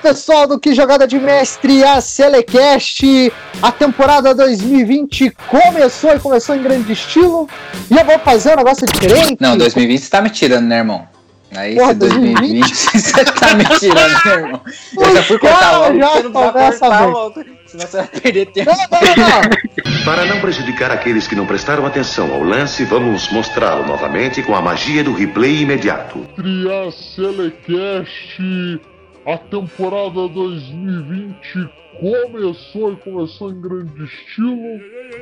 pessoal do Que Jogada de Mestre, a Selecast, a temporada 2020 começou em grande estilo, e eu vou fazer um negócio diferente. Não, 2020 você tá me tirando, né, irmão? Aí, porra, se 2020 você tá me tirando, né, irmão? Eu já fui cortar logo, você não vai cortar logo, senão você vai perder tempo. Não. Para não prejudicar aqueles que não prestaram atenção ao lance, vamos mostrá-lo novamente com a magia do replay imediato. Criar Selecast, a temporada 2020 começou em grande estilo.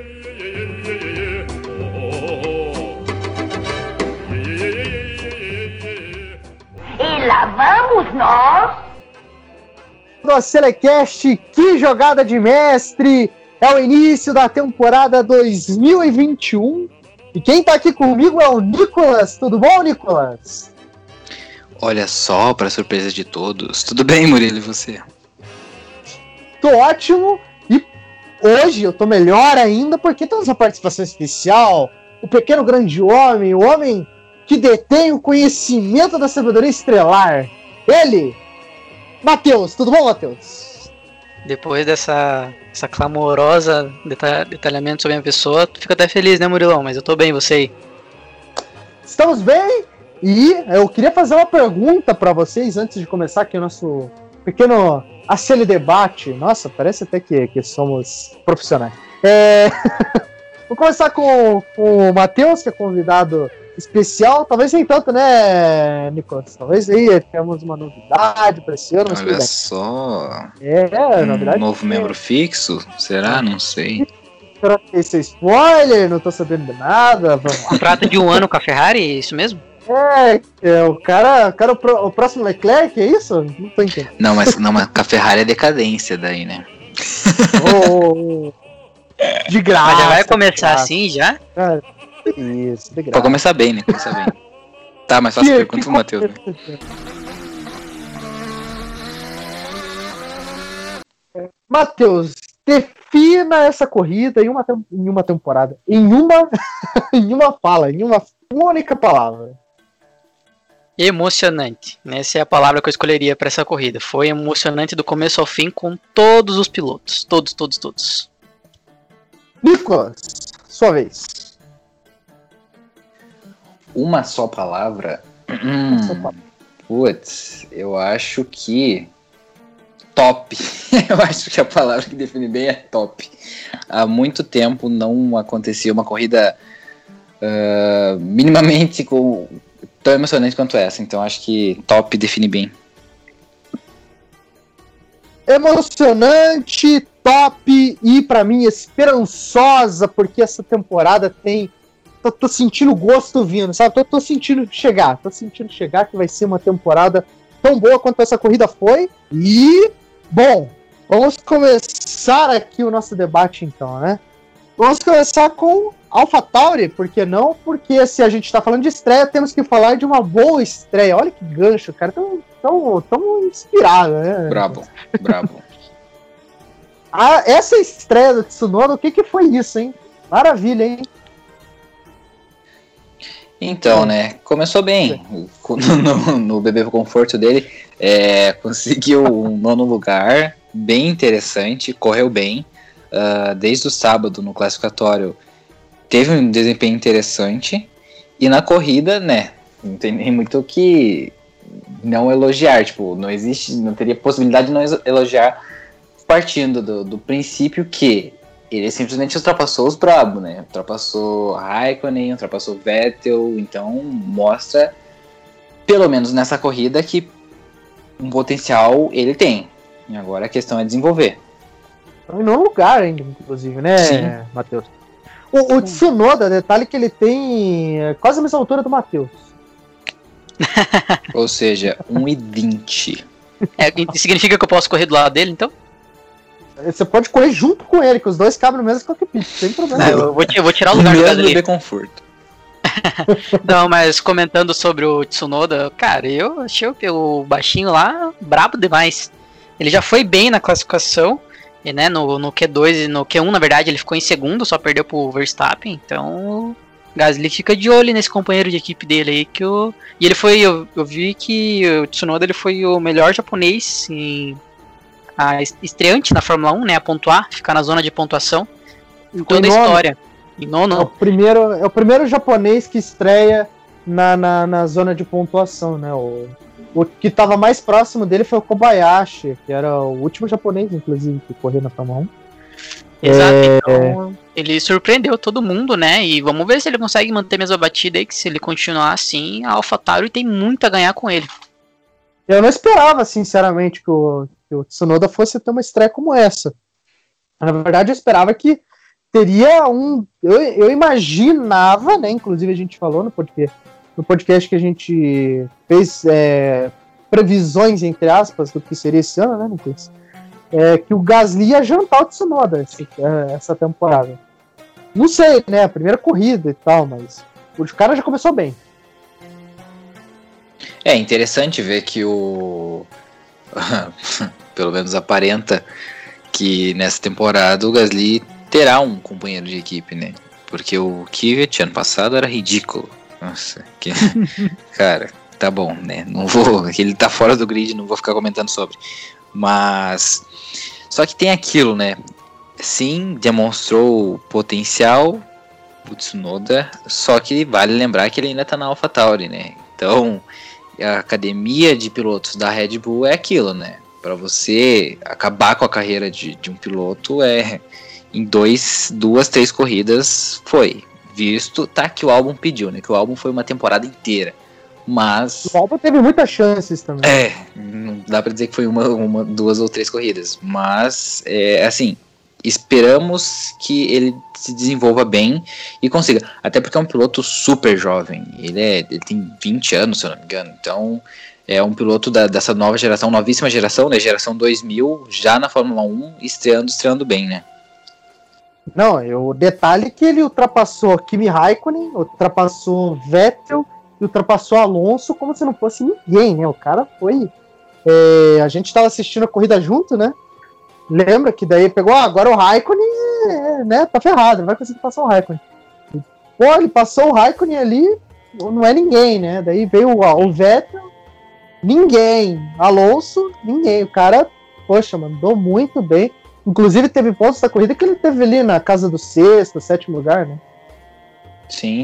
E lá vamos nós! Do Selecast, Que Jogada de Mestre, é o início da temporada 2021, e quem tá aqui comigo é o Nicolas. Tudo bom, Nicolas? Olha só, para surpresa de todos. Tudo bem, Murilo, e você? Tô ótimo, e hoje eu tô melhor ainda porque temos uma participação especial, o pequeno grande homem, o homem que detém o conhecimento da sabedoria estrelar, ele, Matheus. Tudo bom, Matheus? Depois dessa clamorosa detalhamento sobre a minha pessoa, tu fica até feliz, né, Murilão? Mas eu tô bem, você aí? Estamos bem, e eu queria fazer uma pergunta para vocês antes de começar aqui o nosso pequeno ACL debate. Nossa, parece até que somos profissionais. Vou começar com o Matheus, que é convidado especial. Talvez nem tanto, né, Nicolas? Talvez aí temos uma novidade para esse ano. Mas olha só. Novidade. Um novo membro fixo? Será? Não sei. Será que esse é spoiler? Não tô sabendo de nada. Vamos lá. Contrato de um ano com a Ferrari, é isso mesmo? O cara o próximo Leclerc, é isso? Não tô entendendo. Não, mas com a Ferrari é decadência daí, né? De graça. Mas já vai começar assim, já? Cara, isso, de graça. Pra começar bem, né? Tá, mas faça a pergunta pro Matheus, né? Matheus, defina essa corrida em uma temporada. Em uma fala, em uma única palavra. Emocionante. Essa é a palavra que eu escolheria para essa corrida. Foi emocionante do começo ao fim com todos os pilotos. Todos. Nicolas, sua vez. Uma só palavra? Putz, eu acho que... top. Eu acho que a palavra que define bem é top. Há muito tempo não acontecia uma corrida minimamente tão emocionante quanto essa. Então acho que top define bem. Emocionante, top e pra mim esperançosa, porque essa temporada tem... Tô sentindo o gosto vindo, sabe? Tô sentindo chegar que vai ser uma temporada tão boa quanto essa corrida foi. E, bom, vamos começar aqui o nosso debate então, né? Vamos começar com AlphaTauri, por que não? Porque se a gente tá falando de estreia, temos que falar de uma boa estreia. Olha que gancho, cara, tão inspirado, né? Brabo. Essa estreia do Tsunoda, o que foi isso, hein? Maravilha, hein? Então, né, começou bem no bebê conforto dele, conseguiu um 9º lugar, bem interessante, correu bem, desde o sábado no classificatório teve um desempenho interessante, e na corrida, né, não tem nem muito o que não elogiar, tipo, não teria possibilidade de não elogiar, partindo do princípio que ele simplesmente ultrapassou os brabos, né? Ultrapassou Raikkonen, ultrapassou Vettel, então mostra, pelo menos nessa corrida, que um potencial ele tem. E agora a questão é desenvolver. Em nono lugar ainda, inclusive, né, Matheus? O Tsunoda, detalhe que ele tem quase a mesma altura do Matheus. Ou seja, 1,20. Significa que eu posso correr do lado dele, então? Você pode correr junto com ele, que os dois cabem no mesmo cockpit, sem problema. Eu vou tirar o lugar do mesmo bebê conforto. Não, mas comentando sobre o Tsunoda, cara, eu achei o baixinho lá brabo demais. Ele já foi bem na classificação, e, né, no Q2 e no Q1, na verdade, ele ficou em segundo, só perdeu pro Verstappen, então Gasly fica de olho nesse companheiro de equipe dele aí, E ele foi, eu vi que o Tsunoda ele foi o melhor japonês em estreante na Fórmula 1, né, a pontuar, ficar na zona de pontuação em toda a nono. história. Em nono. É o primeiro japonês que estreia na zona de pontuação, né? O que estava mais próximo dele foi o Kobayashi, que era o último japonês, inclusive, que correu na Fórmula 1. Exato, então ele surpreendeu todo mundo, né? E vamos ver se ele consegue manter a mesma batida aí, que se ele continuar assim, a AlphaTauri tem muito a ganhar com ele. Eu não esperava, sinceramente, que o Tsunoda fosse ter uma estreia como essa. Na verdade, eu esperava que teria eu imaginava, né? Inclusive a gente falou no podcast que a gente fez previsões, entre aspas, do que seria esse ano, né, Nicolas? Que o Gasly ia jantar o Tsunoda essa temporada. Não sei, né? A primeira corrida e tal, mas o cara já começou bem. É interessante ver que pelo menos aparenta que nessa temporada o Gasly terá um companheiro de equipe, né? Porque o Kvyat ano passado era ridículo. Nossa, cara, tá bom, né? Não vou, ele tá fora do grid, não vou ficar comentando sobre. Mas só que tem aquilo, né? Sim, demonstrou potencial o Tsunoda, só que vale lembrar que ele ainda tá na AlphaTauri, né? Então, a academia de pilotos da Red Bull é aquilo, né? Para você acabar com a carreira de um piloto em 2, 3 corridas foi visto, tá, que o álbum pediu, né? Que o álbum foi uma temporada inteira. Mas o álbum teve muitas chances também. Não dá pra dizer que foi uma 2 ou 3 corridas. Mas, assim, esperamos que ele se desenvolva bem e consiga. Até porque é um piloto super jovem. Ele tem 20 anos, se eu não me engano. Então, é um piloto dessa nova geração, novíssima geração, né? Geração 2000, já na Fórmula 1, estreando bem, né? Não, o detalhe é que ele ultrapassou Kimi Raikkonen, ultrapassou Vettel e ultrapassou Alonso como se não fosse ninguém, né? O cara foi... a gente tava assistindo a corrida junto, né? Lembra que daí pegou, agora o Raikkonen, né? Tá ferrado, não vai conseguir passar o Raikkonen. Pô, ele passou o Raikkonen ali, não é ninguém, né? Daí veio o Vettel, ninguém. Alonso, ninguém. O cara, poxa, mandou muito bem. Inclusive teve pontos da corrida que ele teve ali na casa do 6º, 7º lugar, né? Sim.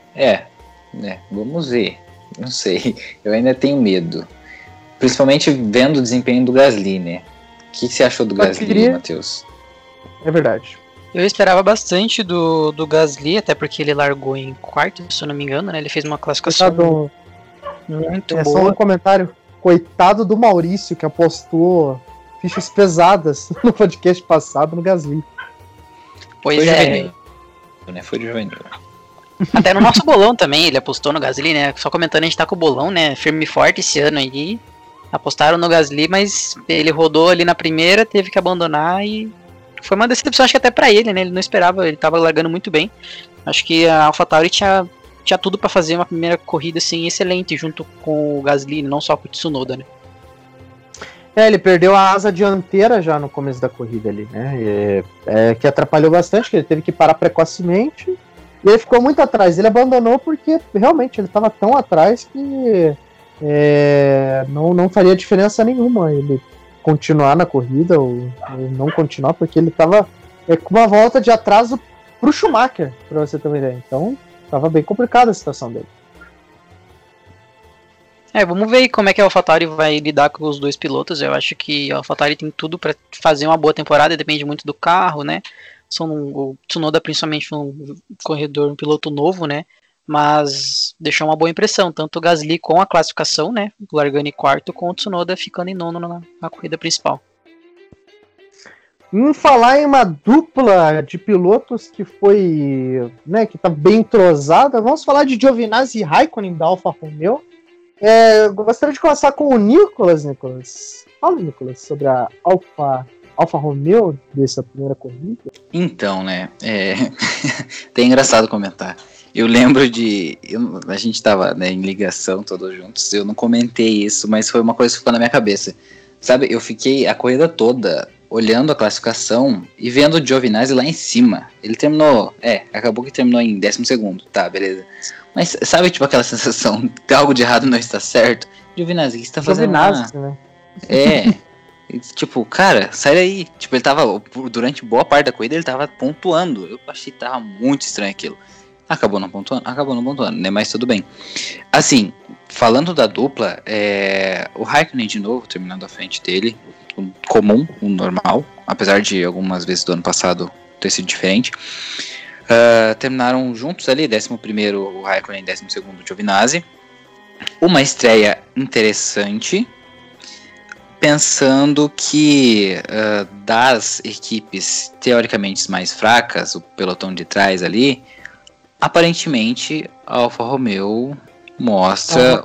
Vamos ver. Não sei. Eu ainda tenho medo. Principalmente vendo o desempenho do Gasly, né? O que você achou do Gasly, Matheus? É verdade. Eu esperava bastante do Gasly, até porque ele largou em quarto, se eu não me engano, né? Ele fez uma classificação muito boa. Só um comentário. Coitado do Maurício, que apostou fichas pesadas no podcast passado no Gasly. Pois Juvenil, né? Foi de juvenil. Até no nosso bolão também, ele apostou no Gasly, né? Só comentando, a gente tá com o bolão, né? Firme e forte esse ano aí. Apostaram no Gasly, mas ele rodou ali na primeira, teve que abandonar e foi uma decepção, acho que até pra ele, né? Ele não esperava, ele tava largando muito bem. Acho que a AlphaTauri tinha tudo pra fazer uma primeira corrida assim excelente junto com o Gasly, não só com o Tsunoda, né? Ele perdeu a asa dianteira já no começo da corrida ali, né? Que atrapalhou bastante, que ele teve que parar precocemente e ele ficou muito atrás. Ele abandonou porque realmente ele estava tão atrás que não faria diferença nenhuma ele continuar na corrida ou não continuar, porque ele estava com uma volta de atraso pro Schumacher, para você ter uma ideia. Então, estava bem complicada a situação dele. Vamos ver como é que a AlphaTauri vai lidar com os dois pilotos. Eu acho que a AlphaTauri tem tudo para fazer uma boa temporada, depende muito do carro, né? O Tsunoda principalmente um corredor, um piloto novo, né? Mas deixou uma boa impressão, tanto o Gasly com a classificação, né? Largando em quarto, com o Tsunoda ficando em nono na corrida principal. Em falar em uma dupla de pilotos que foi, né, que tá bem entrosada, vamos falar de Giovinazzi e Raikkonen da Alfa Romeo. Gostaria de começar com o Nicolas. Fala, Nicolas, sobre a Alfa Romeo dessa primeira corrida. Então, né, até engraçado comentar. Eu lembro a gente tava, né, em ligação todos juntos, eu não comentei isso, mas foi uma coisa que ficou na minha cabeça. Sabe, eu fiquei a corrida toda olhando a classificação e vendo o Giovinazzi lá em cima. Ele terminou, acabou que terminou em 12º, tá, beleza. Mas sabe, tipo, aquela sensação que algo de errado não está certo? Giovinazzi, o que você tá fazendo lá? Né? E, tipo, cara, sai daí. Tipo, ele tava, durante boa parte da corrida, ele tava pontuando. Eu achei que tava muito estranho aquilo. Acabou não pontuando, né? Mas tudo bem. Assim, falando da dupla, o Raikkonen de novo, terminando à frente dele. O comum, o normal. Apesar de algumas vezes do ano passado ter sido diferente. Terminaram juntos ali, 11º o Raikkonen, 12º o Giovinazzi. Uma estreia interessante. Pensando que das equipes teoricamente mais fracas, o pelotão de trás ali, aparentemente a Alfa Romeo mostra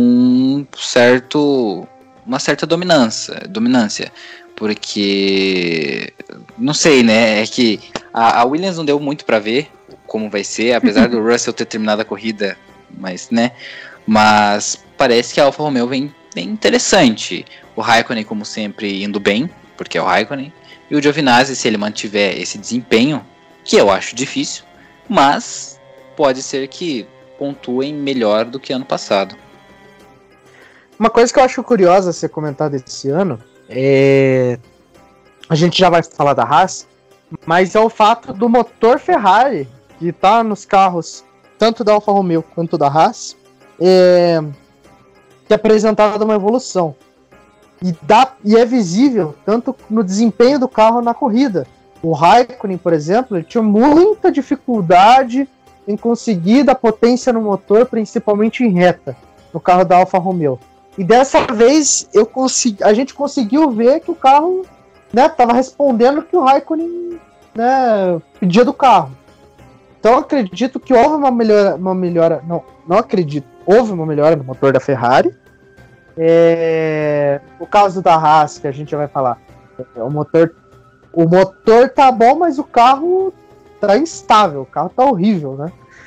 uma certa dominância, porque não sei, né? É que a Williams não deu muito para ver como vai ser, apesar do Russell ter terminado a corrida, mas parece que a Alfa Romeo vem bem interessante. O Raikkonen, como sempre, indo bem, porque é o Raikkonen. E o Giovinazzi, se ele mantiver esse desempenho, que eu acho difícil, mas pode ser que pontuem melhor do que ano passado. Uma coisa que eu acho curiosa a ser comentada esse ano a gente já vai falar da Haas, mas é o fato do motor Ferrari, que está nos carros tanto da Alfa Romeo quanto da Haas, que apresentado uma evolução. E é visível tanto no desempenho do carro na corrida. O Raikkonen, por exemplo, ele tinha muita dificuldade em conseguir dar potência no motor, principalmente em reta, no carro da Alfa Romeo. E dessa vez a gente conseguiu ver que o carro estava respondendo o que o Raikkonen pedia do carro. Então eu acredito que houve uma melhora. Não acredito. Houve uma melhora no motor da Ferrari. O caso da Haas, que a gente já vai falar, o motor tá bom, mas o carro tá instável, o carro tá horrível,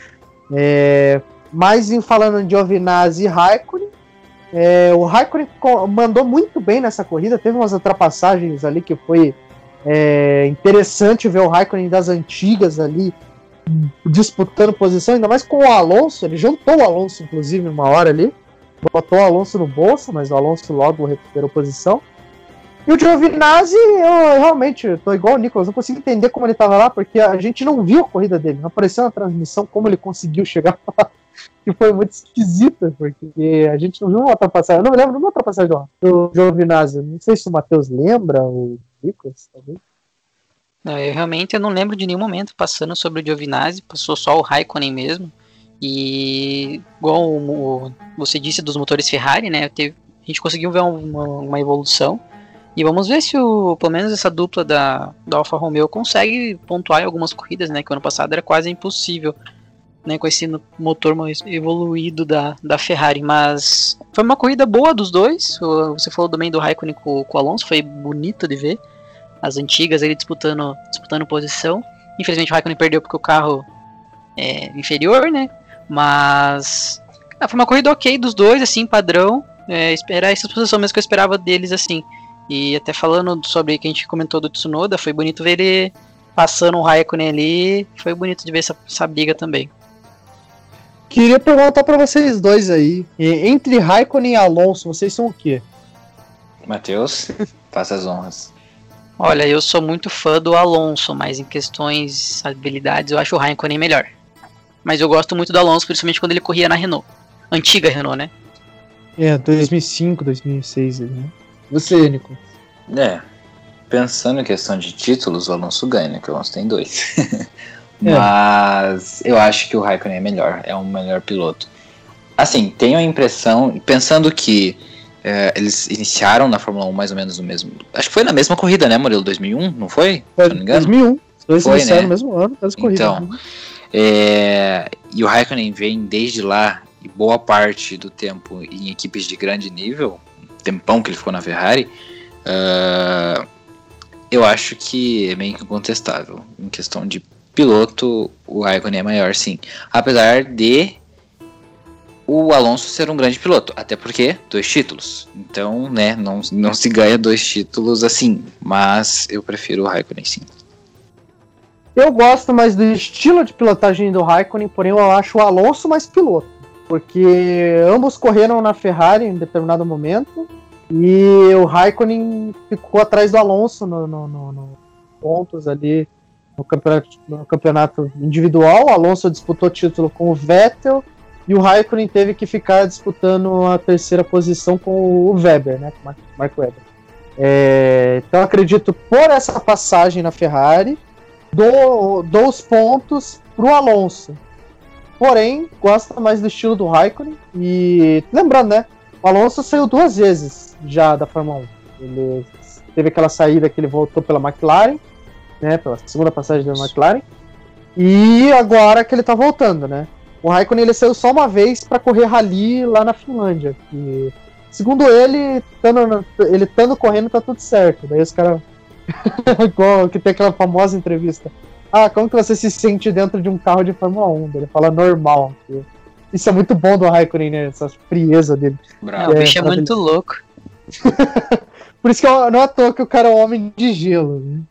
né? Mas falando de Giovinazzi e Raikkonen, o Raikkonen mandou muito bem nessa corrida, teve umas ultrapassagens ali que foi interessante ver o Raikkonen das antigas ali disputando posição, ainda mais com o Alonso. Ele juntou o Alonso, inclusive, uma hora ali. Botou o Alonso no bolso, mas o Alonso logo recuperou posição. E o Giovinazzi, eu realmente tô igual o Nicolas, não consigo entender como ele tava lá, porque a gente não viu a corrida dele, não apareceu na transmissão como ele conseguiu chegar lá, que foi muito esquisita, porque a gente não viu uma ultrapassagem. Eu não me lembro de uma ultrapassagem do Giovinazzi, não sei se o Matheus lembra, ou o Nicolas, talvez. Eu realmente não lembro de nenhum momento passando sobre o Giovinazzi, passou só o Raikkonen mesmo. E igual você disse dos motores Ferrari, né? A gente conseguiu ver uma evolução. E vamos ver se pelo menos essa dupla da Alfa Romeo consegue pontuar em algumas corridas, né? Que o ano passado era quase impossível, né? Com esse motor mais evoluído da Ferrari. Mas foi uma corrida boa dos dois. Você falou também do Raikkonen com o Alonso, foi bonito de ver. As antigas ele disputando posição. Infelizmente o Raikkonen perdeu porque o carro é inferior, né? Mas foi uma corrida ok dos dois, assim, padrão. Era essa posição mesmo que eu esperava deles, assim. E até falando sobre o que a gente comentou do Tsunoda, foi bonito ver ele passando o Raikkonen ali. Foi bonito de ver essa briga também. Queria perguntar pra vocês dois aí. Entre Raikkonen e Alonso, vocês são o quê? Matheus, faça as honras. Olha, eu sou muito fã do Alonso, mas em questões habilidades eu acho o Raikkonen melhor. Mas eu gosto muito do Alonso, principalmente quando ele corria na Renault. Antiga Renault, né? 2005, 2006, né? Você, Nico? Pensando em questão de títulos, o Alonso ganha, né? Que o Alonso tem 2. Mas eu acho que o Raikkonen é melhor, é um melhor piloto. Assim, tenho a impressão, pensando que eles iniciaram na Fórmula 1 mais ou menos no mesmo... Acho que foi na mesma corrida, né, Murilo? 2001, não foi? Se não me engano. 2001. Os dois iniciaram no mesmo ano, das corridas. Então, e o Raikkonen vem desde lá, e boa parte do tempo em equipes de grande nível, tempão que ele ficou na Ferrari, eu acho que é meio incontestável. Em questão de piloto, o Raikkonen é maior, sim. Apesar de o Alonso ser um grande piloto, até porque 2 títulos. Então, né, não se ganha 2 títulos assim, mas eu prefiro o Raikkonen, sim. Eu gosto mais do estilo de pilotagem do Raikkonen, porém eu acho o Alonso mais piloto, porque ambos correram na Ferrari em determinado momento, E o Raikkonen ficou atrás do Alonso no pontos ali no campeonato individual. O Alonso disputou o título com o Vettel e o Raikkonen teve que ficar disputando a terceira posição com o Weber, né? Com o Mark Webber. Então acredito por essa passagem na Ferrari dou os pontos pro Alonso. Porém, gosta mais do estilo do Raikkonen. E lembrando, né? O Alonso saiu 2 vezes já da Fórmula 1. Ele teve aquela saída que ele voltou pela McLaren, né? Pela segunda passagem da McLaren. E agora que ele tá voltando, né? O Raikkonen ele saiu só uma vez para correr rally lá na Finlândia. E, segundo ele, estando correndo tá tudo certo. Daí os caras. Igual que tem aquela famosa entrevista. Como que você se sente dentro de um carro de Fórmula 1? Ele fala normal. Isso é muito bom do Raikkonen, né? Essa frieza dele. O bicho é muito louco. Por isso que não é à toa que o cara é um homem de gelo, né?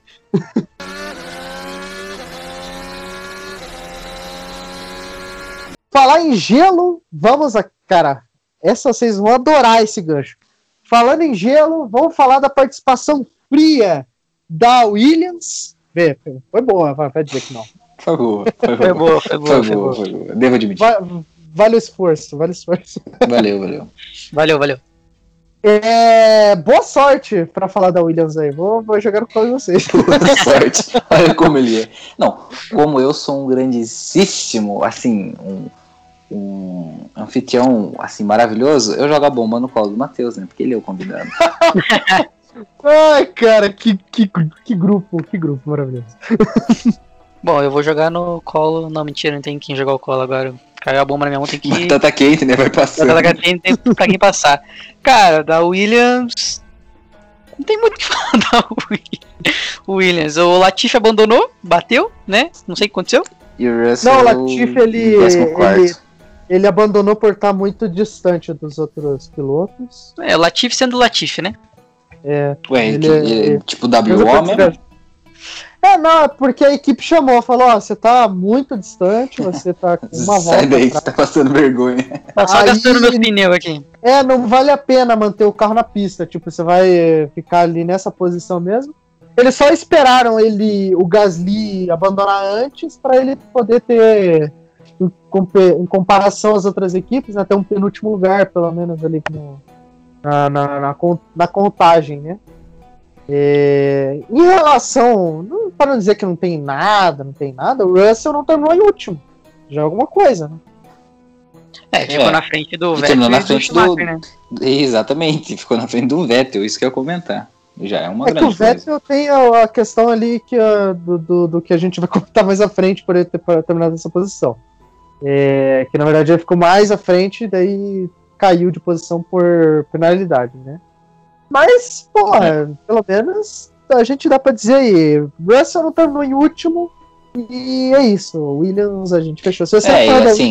Falar em gelo, cara, vocês vão adorar esse gancho. Falando em gelo, vamos falar da participação fria da Williams. Foi boa, vai dizer que não. Foi boa. Devo admitir. Vale o esforço. Valeu. Boa sorte pra falar da Williams aí. Vou jogar no colo de vocês. Boa sorte. Olha como ele é. Não, como eu sou um grandíssimo, assim, um anfitrião, assim, maravilhoso, eu jogo a bomba no colo do Matheus, né? Porque ele é o convidado. Ai, cara, que grupo maravilhoso. Bom, eu vou jogar no colo. Não, mentira, não tem quem jogar o colo agora. Cagar a bomba na minha mão tem que. Batata quente, né? Vai passando. Batata quente tem pra quem passar. Cara, da Williams. Não tem muito o que falar da Williams. O Latifi abandonou, bateu, né? Não sei o que aconteceu. E o Russell. Não, o Latifi ele abandonou por estar muito distante dos outros pilotos. O Latifi sendo o Latifi, né? Ele tipo WO mesmo? Não, porque a equipe falou, você tá muito distante, você tá com uma volta. Sai daí que você tá passando vergonha. Tá só gastando meu pneu aqui. Não vale a pena manter o carro na pista, tipo, você vai ficar ali nessa posição mesmo. Eles só esperaram o Gasly abandonar antes para ele poder ter, em comparação às outras equipes, né, ter um penúltimo lugar, pelo menos ali na contagem, né? Em relação, para não dizer que não tem nada, o Russell não terminou em último. Já é alguma coisa, né? Ficou na frente do Vettel. Terminou na frente do né? Exatamente, ficou na frente do Vettel, isso que eu ia comentar. Já é uma grande coisa. O Vettel tem a questão ali do que a gente vai comentar mais à frente por ele ter terminado essa posição. Que na verdade ele ficou mais à frente e daí caiu de posição por penalidade, né? Mas, pelo menos a gente dá pra dizer aí, Russell não terminou em último e é isso. Williams a gente fechou. Se você assim,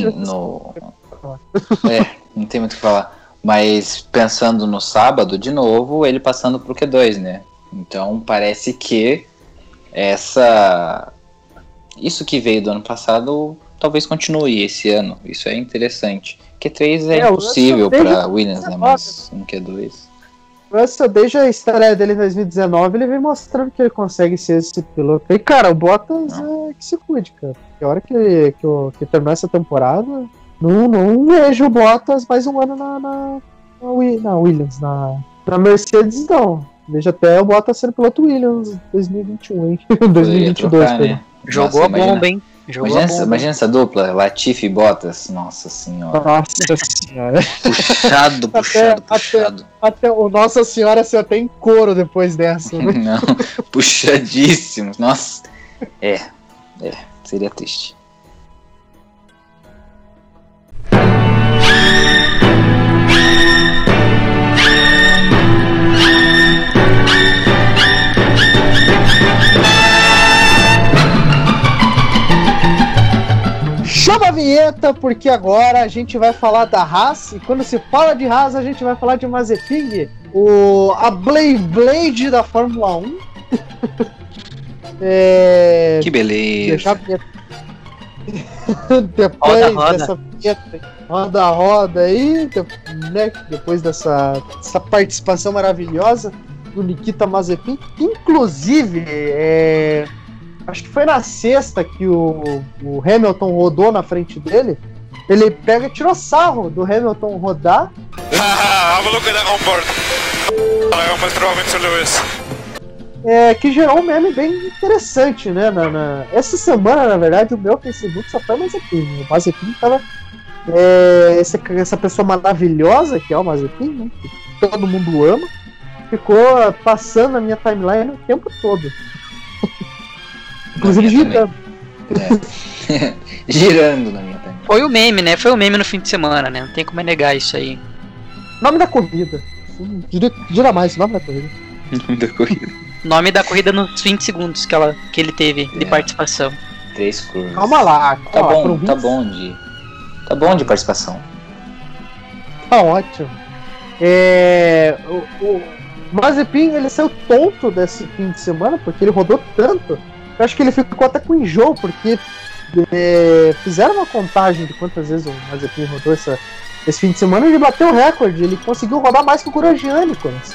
não tem muito o que falar. Mas pensando no sábado, de novo, ele passando pro Q2, né? Então parece que isso que veio do ano passado talvez continue esse ano. Isso é interessante. Q3 é impossível para Williams, né? Mas no Q2. Russell, desde a estreia dele em 2019, ele vem mostrando que ele consegue ser esse piloto. E, cara, o Bottas que se cuide, cara. Porque a hora que terminar essa temporada, não vejo o Bottas mais um ano na Williams, na Mercedes, não. Vejo até o Bottas ser piloto Williams 2021, hein? 2022, trocar, né? Jogou a bomba, hein? Imagina essa dupla, Latifi e Bottas. Nossa senhora. Puxado. Até o Nossa Senhora se até em couro depois dessa, né? Não, puxadíssimos. Nossa. Seria triste. Chama a vinheta, porque agora a gente vai falar da Haas, e quando se fala de Haas, a gente vai falar de Mazepin, a Blade da Fórmula 1. Que beleza. Depois dessa vinheta roda aí, né? Depois dessa participação maravilhosa do Nikita Mazepin. Inclusive, acho que foi na sexta que o Hamilton rodou na frente dele. Ele pega e tirou sarro do Hamilton rodar. Que gerou um meme bem interessante, né? Essa semana, na verdade, o meu Facebook só foi o Mazepin. O Mazepin tava. Essa pessoa maravilhosa que é o Mazepin, né? Que todo mundo ama, ficou passando na minha timeline o tempo todo. Inclusive girando. Girando na minha timeline. Foi o meme, né? Foi o meme no fim de semana, né? Não tem como negar isso aí. Nome da corrida. Gira mais, nome da corrida. Nome da corrida. Nome da corrida nos 20 segundos que ele teve de participação. 3 curvas. Calma lá. Tá bom de participação. Tá ótimo. O Mazepin, ele saiu tonto desse fim de semana, porque ele rodou tanto. Eu acho que ele ficou até com enjoo, porque fizeram uma contagem de quantas vezes o Mazepin rodou esse fim de semana e ele bateu o recorde. Ele conseguiu rodar mais que o Grosjean, Nicolas.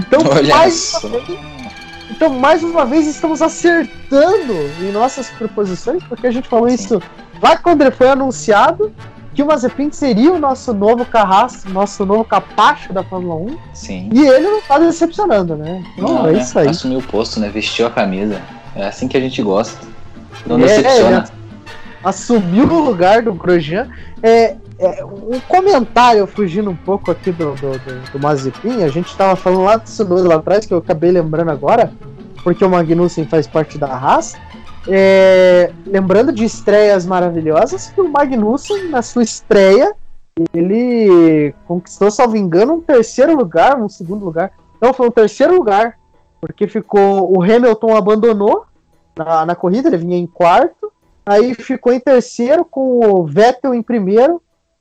Então, mais uma vez, estamos acertando em nossas proposições, porque a gente falou isso lá quando ele foi anunciado, que o Mazepin seria o nosso novo carrasco, nosso novo capacho da Fórmula 1. Sim. E ele não tá decepcionando, né? Então, isso aí. Assumiu o posto, né? Vestiu a camisa. É assim que a gente gosta. Não decepciona. Assumiu o lugar do Grosjean. Um comentário fugindo um pouco aqui do Mazepin. A gente tava falando lá do Tsunoda lá atrás, que eu acabei lembrando agora, porque o Magnussen faz parte da Haas. Lembrando de estreias maravilhosas, que o Magnussen, na sua estreia, ele conquistou, salvo engano, um terceiro lugar, um segundo lugar. Não, foi um terceiro lugar, porque o Hamilton abandonou na corrida, ele vinha em quarto, aí ficou em terceiro com o Vettel em primeiro,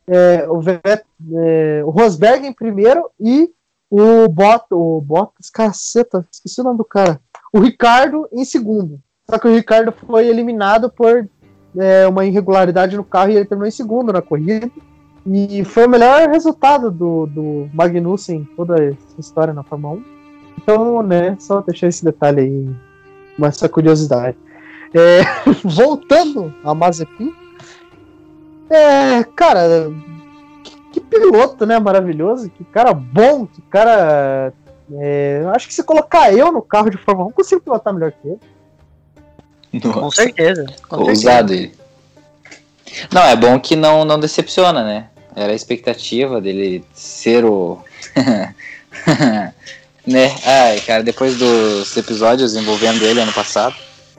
o Rosberg em primeiro e o Bottas, caceta, esqueci o nome do cara, o Ricciardo em segundo. Só que o Ricciardo foi eliminado por uma irregularidade no carro e ele terminou em segundo na corrida. E foi o melhor resultado do Magnussen em toda essa história na Fórmula 1. Então, né, só deixar esse detalhe aí, essa curiosidade. Voltando a Mazepin, cara, que piloto, né, maravilhoso, que cara bom, que cara... acho que se colocar eu no carro de Fórmula 1, eu consigo pilotar melhor que ele. Nossa. Com certeza. Ousado ele. Não, é bom que não decepciona, né? Era a expectativa dele ser o... né? Ai, cara, depois dos episódios envolvendo ele ano passado.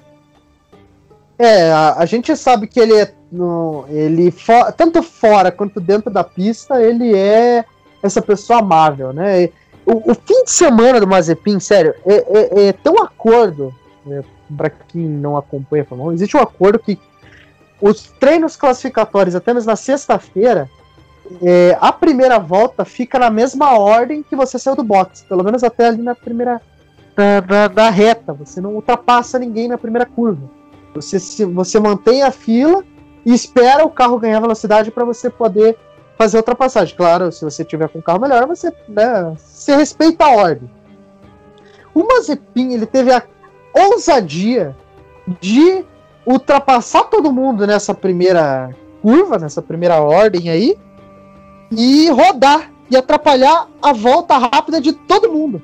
A gente sabe que tanto fora quanto dentro da pista, ele é essa pessoa amável, né? O fim de semana do Mazepin, sério, é tão acordo, né? Para quem não acompanha a Fórmula 1, existe um acordo que os treinos classificatórios, até mesmo na sexta-feira, a primeira volta fica na mesma ordem que você saiu do box, pelo menos até ali na primeira da reta, você não ultrapassa ninguém na primeira curva, você mantém a fila e espera o carro ganhar velocidade para você poder fazer a ultrapassagem. Claro, se você tiver com um carro melhor, você respeita a ordem. O Mazepin, ele teve a ousadia de ultrapassar todo mundo nessa primeira curva, nessa primeira ordem aí, e rodar e atrapalhar a volta rápida de todo mundo.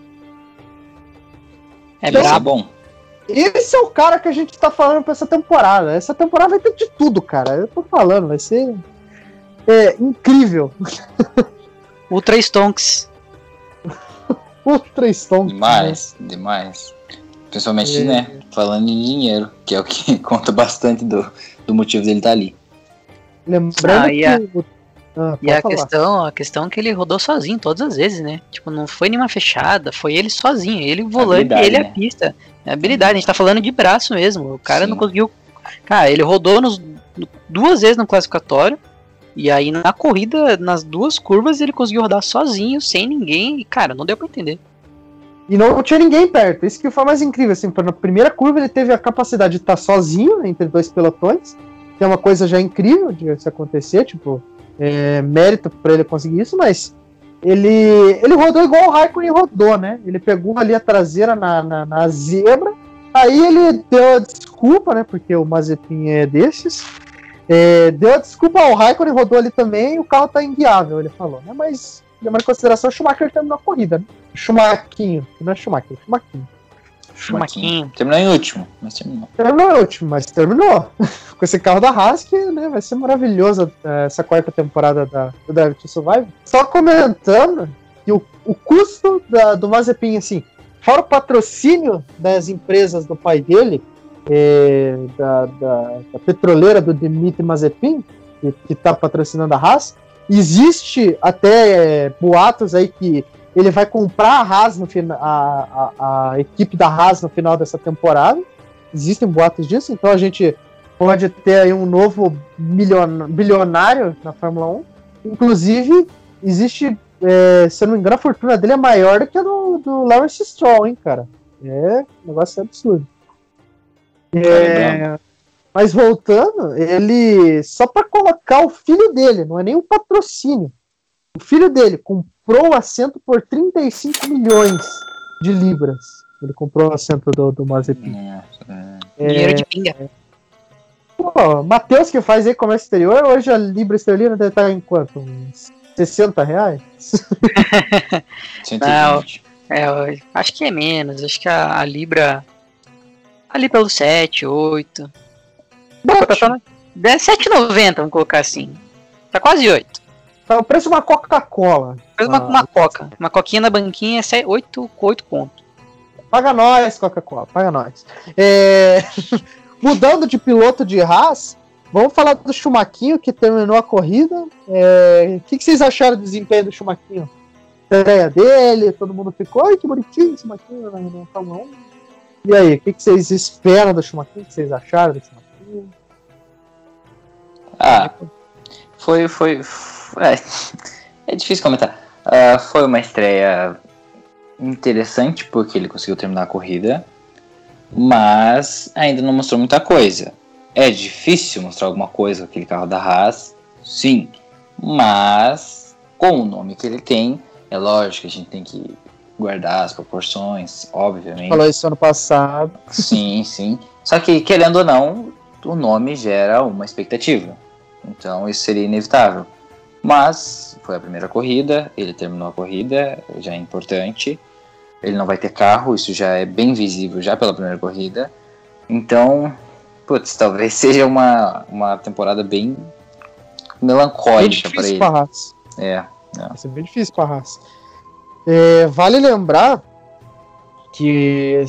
Então, bom. Esse é o cara que a gente tá falando pra essa temporada. Essa temporada vai ter de tudo, cara. Eu tô falando, vai ser incrível. Ultra Stonks. Ultra Stonks. Demais. Principalmente, né, falando em dinheiro, que é o que conta bastante do motivo dele estar ali. Lembrando que... a questão é que ele rodou sozinho todas as vezes, né? Tipo, não foi nenhuma fechada, foi ele sozinho, ele o volante, ele a pista. É habilidade, a gente tá falando de braço mesmo. O cara não conseguiu... Cara, ele rodou 2 vezes no classificatório, e aí na corrida, nas 2 curvas, ele conseguiu rodar sozinho, sem ninguém, e cara, não deu pra entender. E não tinha ninguém perto. Isso que foi mais incrível, assim, na primeira curva ele teve a capacidade de estar sozinho entre 2 pelotões, que é uma coisa já incrível de se acontecer, tipo, mérito pra ele conseguir isso, mas ele rodou igual o Raikkonen rodou, né? Ele pegou ali a traseira na zebra, aí ele deu a desculpa, né? Porque o Mazepin é desses. Deu a desculpa ao Raikkonen, rodou ali também, e o carro tá inviável, ele falou, né? Mas, levando em consideração, o Schumacher terminou a corrida, né? Schumaquinho, não é Schumacher, Schumaquinho. Terminou em último, mas terminou. Terminou em último, mas terminou. Com esse carro da Haas, que, né, vai ser maravilhosa essa quarta temporada do Drive to Survive. Só comentando que o custo do Mazepin, assim, fora o patrocínio das empresas do pai dele, da petroleira do Dmitry Mazepin, que está patrocinando a Haas, existe até boatos aí que ele vai comprar a Haas a equipe da Haas no final dessa temporada. Existem boatos disso, então a gente pode ter aí um novo bilionário na Fórmula 1. Inclusive, existe, se eu não me engano, a fortuna dele é maior do que a do Lawrence Stroll, hein, cara? O negócio é absurdo. Mas voltando, ele, só para colocar o filho dele, não é nem um patrocínio, o filho dele comprou o assento por 35 milhões de libras. Ele comprou o assento do Mazepin. Dinheiro de pinga. Pô, Matheus, que faz aí comércio exterior, hoje a libra esterlina deve estar em quanto? Uns 60 reais? 120. Não, acho que é menos. Acho que a libra ali pelo 7, 8. Tá 7,90, vamos colocar assim. Tá quase 8. Tá o preço de uma Coca-Cola. Uma coca. Uma coquinha na banquinha é 8 conto. Paga nós, Coca-Cola, paga nós. Mudando de piloto de Haas, vamos falar do Schumacher, que terminou a corrida. O que vocês acharam do desempenho do Schumacher? A estreia dele, todo mundo ficou, ai que bonitinho esse Schumacher na Fórmula 1. E aí, o que vocês esperam do Schumacher? O que vocês acharam do Schumacher? É difícil comentar. Foi uma estreia interessante, porque ele conseguiu terminar a corrida, mas ainda não mostrou muita coisa. É difícil mostrar alguma coisa com aquele carro da Haas, sim, mas com o nome que ele tem, é lógico que a gente tem que guardar as proporções, obviamente. Falou isso ano passado. Sim. Só que, querendo ou não, o nome gera uma expectativa. Então isso seria inevitável. Mas foi a primeira corrida, ele terminou a corrida, já é importante. Ele não vai ter carro, isso já é bem visível já pela primeira corrida. Então, talvez seja uma temporada bem melancólica para ele. Pra Haas. Vai ser bem difícil para a Haas. Vale lembrar que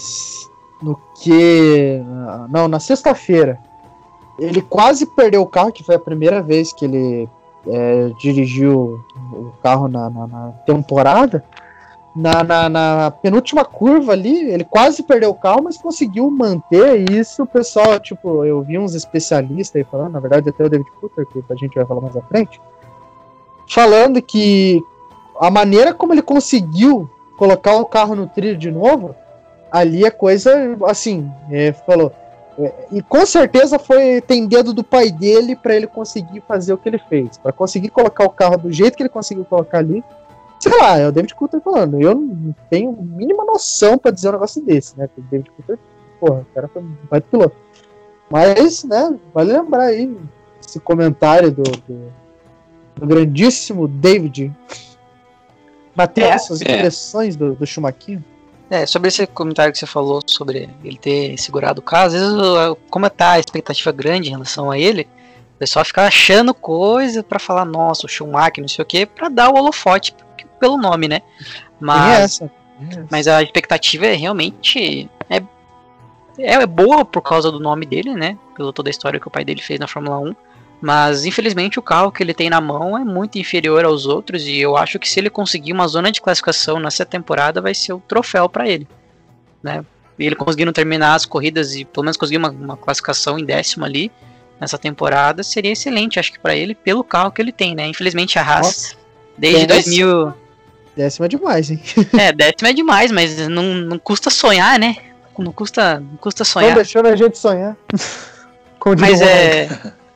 na sexta-feira ele quase perdeu o carro, que foi a primeira vez que ele dirigiu o carro na temporada. Na penúltima curva ali, ele quase perdeu o carro, mas conseguiu manter isso. O pessoal, eu vi uns especialistas aí falando, na verdade até o David Coulter, que a gente vai falar mais à frente, falando que a maneira como ele conseguiu colocar o carro no trilho de novo, ali é coisa, assim, falou, e com certeza tem dedo do pai dele para ele conseguir fazer o que ele fez, para conseguir colocar o carro do jeito que ele conseguiu colocar ali. Sei lá, é o David Coulter falando, eu não tenho mínima noção para dizer um negócio desse, né, porque o David Coulter, o cara foi um baita piloto. Mas, né, vale lembrar aí esse comentário do grandíssimo David. Matheus, suas impressões do Schumacher? Sobre esse comentário que você falou sobre ele ter segurado o carro, às vezes, como tá a expectativa grande em relação a ele, o pessoal fica achando coisa pra falar, nossa, o Schumacher, não sei o que, pra dar o holofote pelo nome, né? Mas a expectativa realmente é boa por causa do nome dele, né? Pela toda a história que o pai dele fez na Fórmula 1. Mas, infelizmente, o carro que ele tem na mão é muito inferior aos outros. E eu acho que se ele conseguir uma zona de classificação nessa temporada, vai ser o troféu para ele, né? E ele conseguindo terminar as corridas e pelo menos conseguir uma classificação em 10º ali nessa temporada, seria excelente, acho que para ele, pelo carro que ele tem, né? Infelizmente a Haas, desde 2000... 10º é demais, hein? 10º é demais, mas não custa sonhar, né? Não custa sonhar. Não deixando a gente sonhar.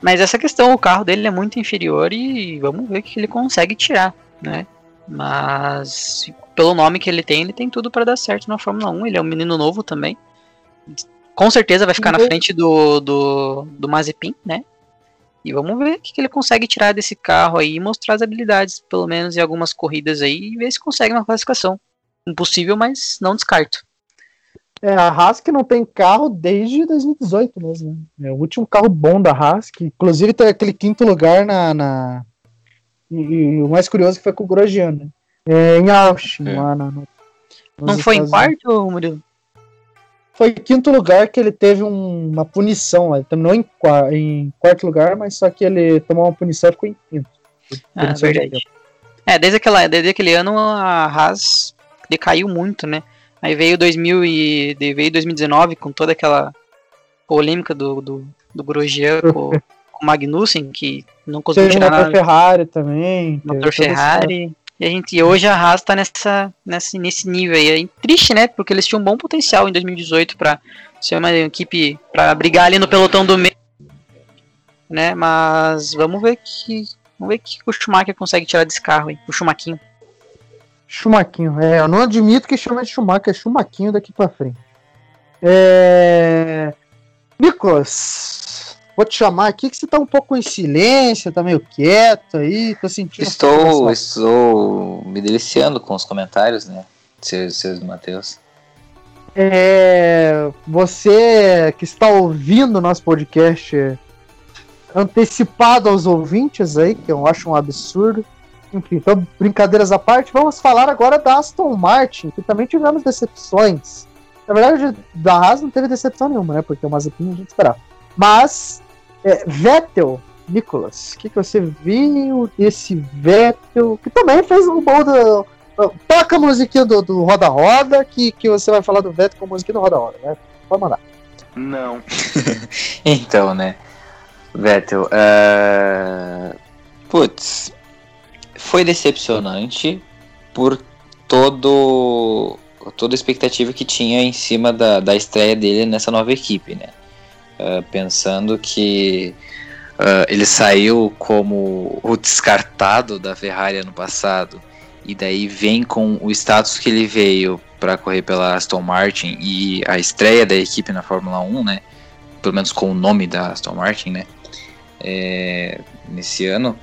Mas essa questão, o carro dele é muito inferior e vamos ver o que ele consegue tirar, né? Mas pelo nome que ele tem tudo para dar certo na Fórmula 1. Ele é um menino novo também. Com certeza vai ficar na frente do Mazepin, né? E vamos ver o que ele consegue tirar desse carro aí e mostrar as habilidades, pelo menos em algumas corridas aí, e ver se consegue uma classificação. Impossível, mas não descarto. A Haas que não tem carro desde 2018 mesmo, né? É o último carro bom da Haas, que inclusive tem aquele 5º lugar E o mais curioso que foi com o Grosjean, né? Em Austin, lá não foi em quarto, Murilo? Foi 5º lugar que ele teve uma punição lá. Ele terminou em 4º lugar, mas só que ele tomou uma punição e ficou em 5º. Verdade. Desde aquele ano a Haas decaiu muito, né? Aí veio 2019 com toda aquela polêmica do Grosjean com o Magnussen, que não conseguiu tirar nada. Motor Ferrari também. Motor Ferrari. E hoje a Haas tá nesse nível aí. É triste, né? Porque eles tinham um bom potencial em 2018 para ser uma equipe para brigar ali no pelotão do meio, né? Mas vamos ver que o Schumacher consegue tirar desse carro aí, o Schumaquinho. Eu não admito que chama de Schumacher, é Schumaquinho daqui pra frente. Nicolas, vou te chamar aqui que você tá um pouco em silêncio, tá meio quieto aí, tô sentindo... Estou me deliciando com os comentários, né, seus do Matheus. Você que está ouvindo o nosso podcast antecipado aos ouvintes aí, que eu acho um absurdo. Enfim, então, brincadeiras à parte, vamos falar agora da Aston Martin, que também tivemos decepções. Na verdade, da Haas não teve decepção nenhuma, né? Porque o Mazepin a gente esperava. Mas, Vettel, Nicolas, o que você viu desse Vettel, que também fez um bom do... Toca a musiquinha do Roda Roda, que você vai falar do Vettel com a musiquinha do Roda Roda, né? Pode mandar. Não. Então, né? Vettel, foi decepcionante por toda a expectativa que tinha em cima da estreia dele nessa nova equipe, né? Pensando que ele saiu como o descartado da Ferrari ano passado, e daí vem com o status que ele veio para correr pela Aston Martin e a estreia da equipe na Fórmula 1, né? Pelo menos com o nome da Aston Martin, né? Nesse ano.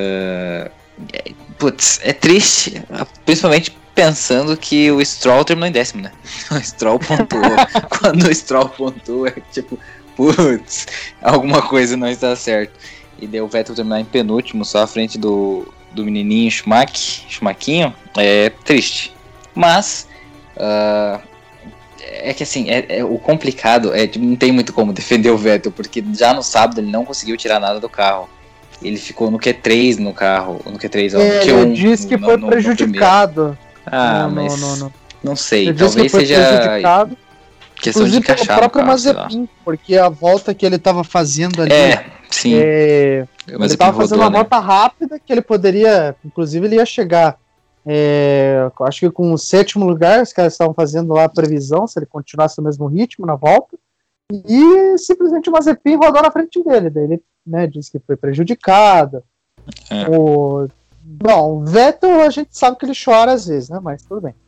É triste, principalmente pensando que o Stroll terminou em 10º, né? O Stroll pontuou. Quando o Stroll pontua, é tipo, alguma coisa não está certo. E deu o Vettel terminar em penúltimo, só à frente do menininho Schumaquinho. É triste. Mas, é que assim, o complicado não tem muito como defender o Vettel, porque já no sábado ele não conseguiu tirar nada do carro. Ele ficou no Q3 no carro, no Q3, no Q1. Ele disse que foi prejudicado. Não sei, talvez seja questão de encaixar o próprio Mazepin, porque a volta que ele estava fazendo ali... sim. Ele estava fazendo uma volta rápida que ele poderia... Inclusive ele ia chegar, acho que com o 7º lugar, os caras estavam fazendo lá a previsão, se ele continuasse no mesmo ritmo na volta, e simplesmente o Mazepin rodou na frente dele, daí ele, né, disse que foi prejudicado. O Vettel a gente sabe que ele chora às vezes, né, mas tudo bem.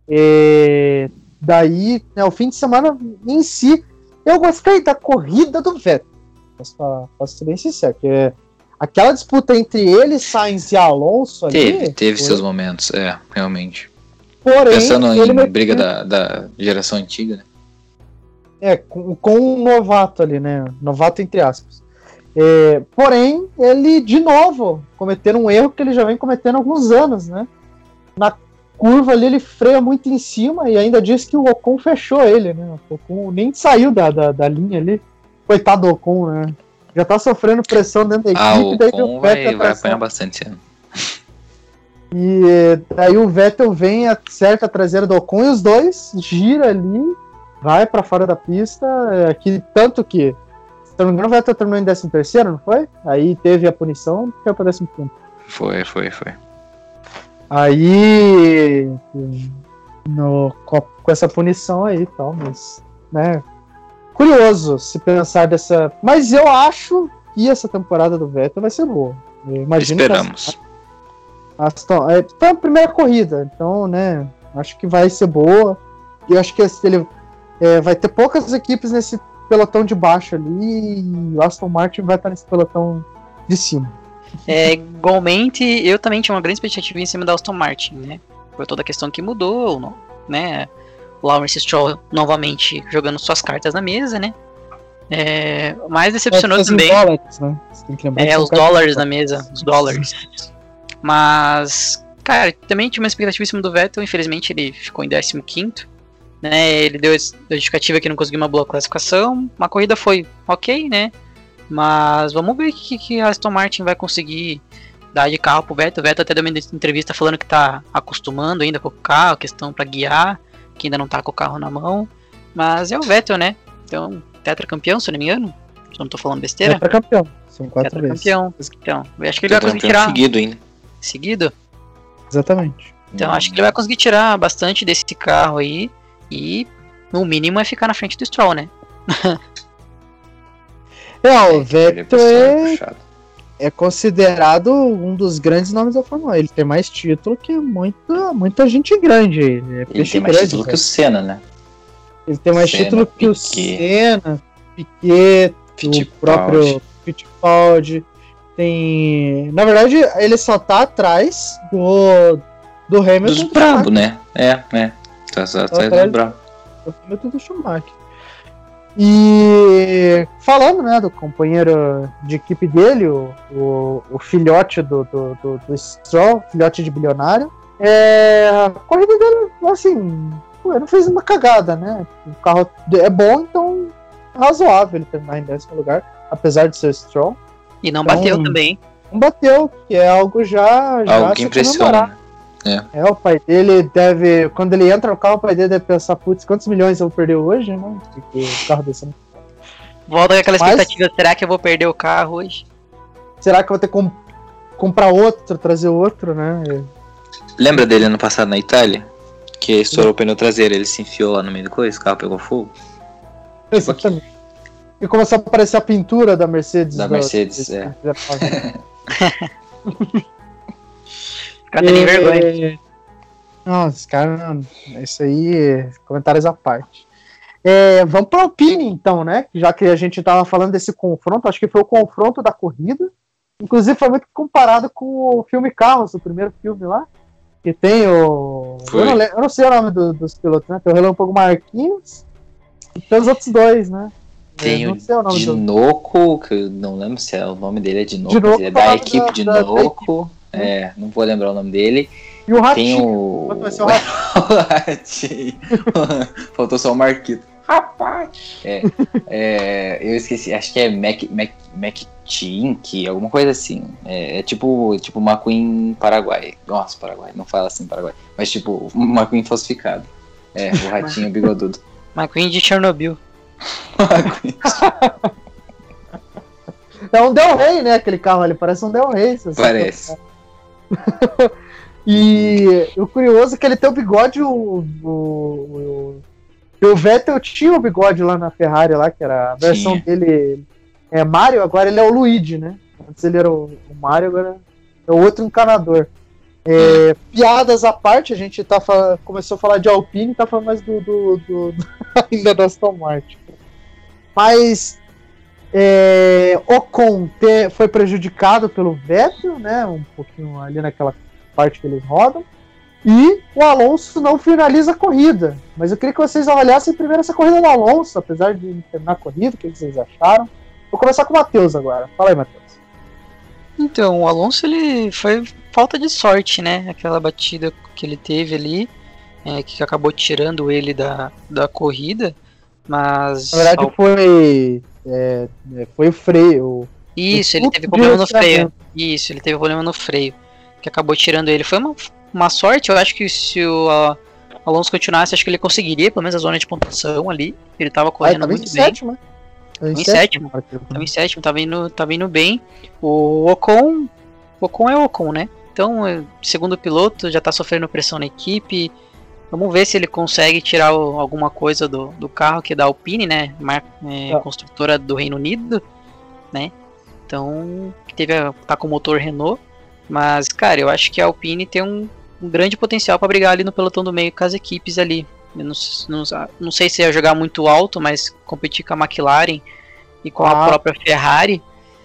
Daí, né, o fim de semana em si, eu gostei da corrida do Vettel, posso ser bem sincero, porque aquela disputa entre ele, Sainz e Alonso ali... Teve seus momentos, realmente. Porém, pensando em briga da geração antiga, né? Com um novato ali, né? Novato entre aspas. Porém, ele, de novo, cometeu um erro que ele já vem cometendo há alguns anos, né? Na curva ali, ele freia muito em cima e ainda diz que o Ocon fechou ele, né? O Ocon nem saiu da linha ali. Coitado do Ocon, né? Já tá sofrendo pressão dentro da equipe. O Ocon vai apanhar bastante esse ano. E daí o Vettel vem, acerta a traseira do Ocon e os dois gira ali, vai pra fora da pista, tanto que, se não me engano, o Vettel terminou em 13º, não foi? Aí teve a punição e foi pra 15º. Foi. Aí, com essa punição aí e tal, mas, né, curioso se pensar dessa... Mas eu acho que essa temporada do Vettel vai ser boa. Eu imagino Esperamos. Foi a primeira corrida, então, né, acho que vai ser boa. E acho que ele vai ter poucas equipes nesse pelotão de baixo ali, e o Aston Martin vai estar nesse pelotão de cima. Igualmente, eu também tinha uma grande expectativa em cima da Aston Martin, né? Por toda a questão que mudou, né? O Lawrence Stroll novamente jogando suas cartas na mesa, né? Mais decepcionou também. Dólares, né? Você tem que lembrar Os dólares na mesa, os dólares. Mas, cara, também tinha uma expectativa em cima do Vettel, infelizmente ele ficou em 15º. Né, ele deu a justificativa que não conseguiu uma boa classificação. A corrida foi ok, né? Mas vamos ver o que a Aston Martin vai conseguir dar de carro pro Vettel. O Vettel até deu uma entrevista falando que tá acostumando ainda com o carro, questão pra guiar, que ainda não tá com o carro na mão. Mas é o Vettel, né? Então, tetracampeão, se eu não me engano. Se eu não tô falando besteira. Tetracampeão, são 4 vezes. Tetracampeão. Então, eu acho que ele vai conseguir tirar. Seguido ainda. Seguido? Exatamente. Então, acho que ele vai conseguir tirar bastante desse carro aí. E, no mínimo, é ficar na frente do Stroll, né? O Vettel é considerado um dos grandes nomes da Fórmula 1. Ele tem mais título que muita gente grande. Ele tem mais título que o Senna, né? Ele tem mais título que o Senna, Piquet, o próprio Fittipaldi. Tem... Na verdade, ele só tá atrás do Hamilton. Dos brabo, né? Tá atrás do brabo. O Hamilton do Schumacher. E falando, né, do companheiro de equipe dele, o filhote do Stroll, filhote de bilionário, a corrida dele, assim, ele não fez uma cagada, né? O carro é bom, então é razoável ele terminar em 10º lugar, apesar de ser o Stroll. E não bateu também. Não bateu, que é algo já algo que impressiona. O pai dele deve, quando ele entra no carro, o pai dele deve pensar, putz, quantos milhões eu vou perder hoje, né? Porque o carro desse. Volta com aquela expectativa, será que eu vou perder o carro hoje? Será que eu vou ter que comprar outro, trazer outro, né? Lembra dele ano passado na Itália? Que estourou o pneu traseiro, ele se enfiou lá no meio do coisa, o carro pegou fogo? Exatamente. E começou a aparecer a pintura da Mercedes. Cadê nem vergonha? Nossa, cara, isso aí, comentários à parte. Vamos para a Alpine, então, né? Já que a gente estava falando desse confronto, acho que foi o confronto da corrida. Inclusive, foi muito comparado com o filme Carros, o primeiro filme lá. Que tem o. Eu não sei o nome dos pilotos, né? Tem o Relâmpago Marquinhos e tem os outros dois, né? Tem o Dinoco, que eu não lembro se o nome dele é Dinoco, mas ele é da equipe Dinoco. Não vou lembrar o nome dele. E o Ratinho. Tem o Ratinho. Faltou só o Marquito. Rapaz! Eu esqueci, acho que é McTink, alguma coisa assim. É tipo McQueen Paraguai. Nossa, Paraguai, não fala assim Paraguai. Mas tipo, McQueen falsificado. O Ratinho bigodudo. McQueen de Chernobyl. É um Del Rey, né? Aquele carro ali, parece um Del Rey. Parece. E o curioso é que ele tem o bigode. O Vettel tinha o bigode lá na Ferrari, lá, que era a versão dele. Mario, agora ele é o Luigi, né? Antes ele era o Mario, agora é o outro encanador. Piadas à parte, a gente começou a falar de Alpine, tá falando mais ainda da Aston Martin. Mas Ocon foi prejudicado pelo Vettel, né? Um pouquinho ali naquela parte que eles rodam. E o Alonso não finaliza a corrida. Mas eu queria que vocês avaliassem primeiro essa corrida do Alonso, apesar de terminar a corrida, o que vocês acharam. Vou começar com o Matheus agora. Fala aí, Matheus. Então, o Alonso, ele foi falta de sorte, né? Aquela batida que ele teve ali, que acabou tirando ele da corrida. Mas... Na verdade foi o freio. Isso, ele teve problema no freio. Isso, ele teve problema no freio, que acabou tirando ele. Foi uma sorte, eu acho que se o Alonso continuasse, acho que ele conseguiria, pelo menos a zona de pontuação ali. Ele tava correndo muito bem. Tava em sétimo, tava indo bem. O Ocon é o Ocon, né? Então, segundo piloto, já tá sofrendo pressão na equipe. Vamos ver se ele consegue tirar alguma coisa do carro que é da Alpine, né? Construtora do Reino Unido, né? Então, tá com o motor Renault. Mas, cara, eu acho que a Alpine tem um grande potencial para brigar ali no pelotão do meio com as equipes ali. Eu não sei se ia jogar muito alto, mas competir com a McLaren e com a própria Ferrari.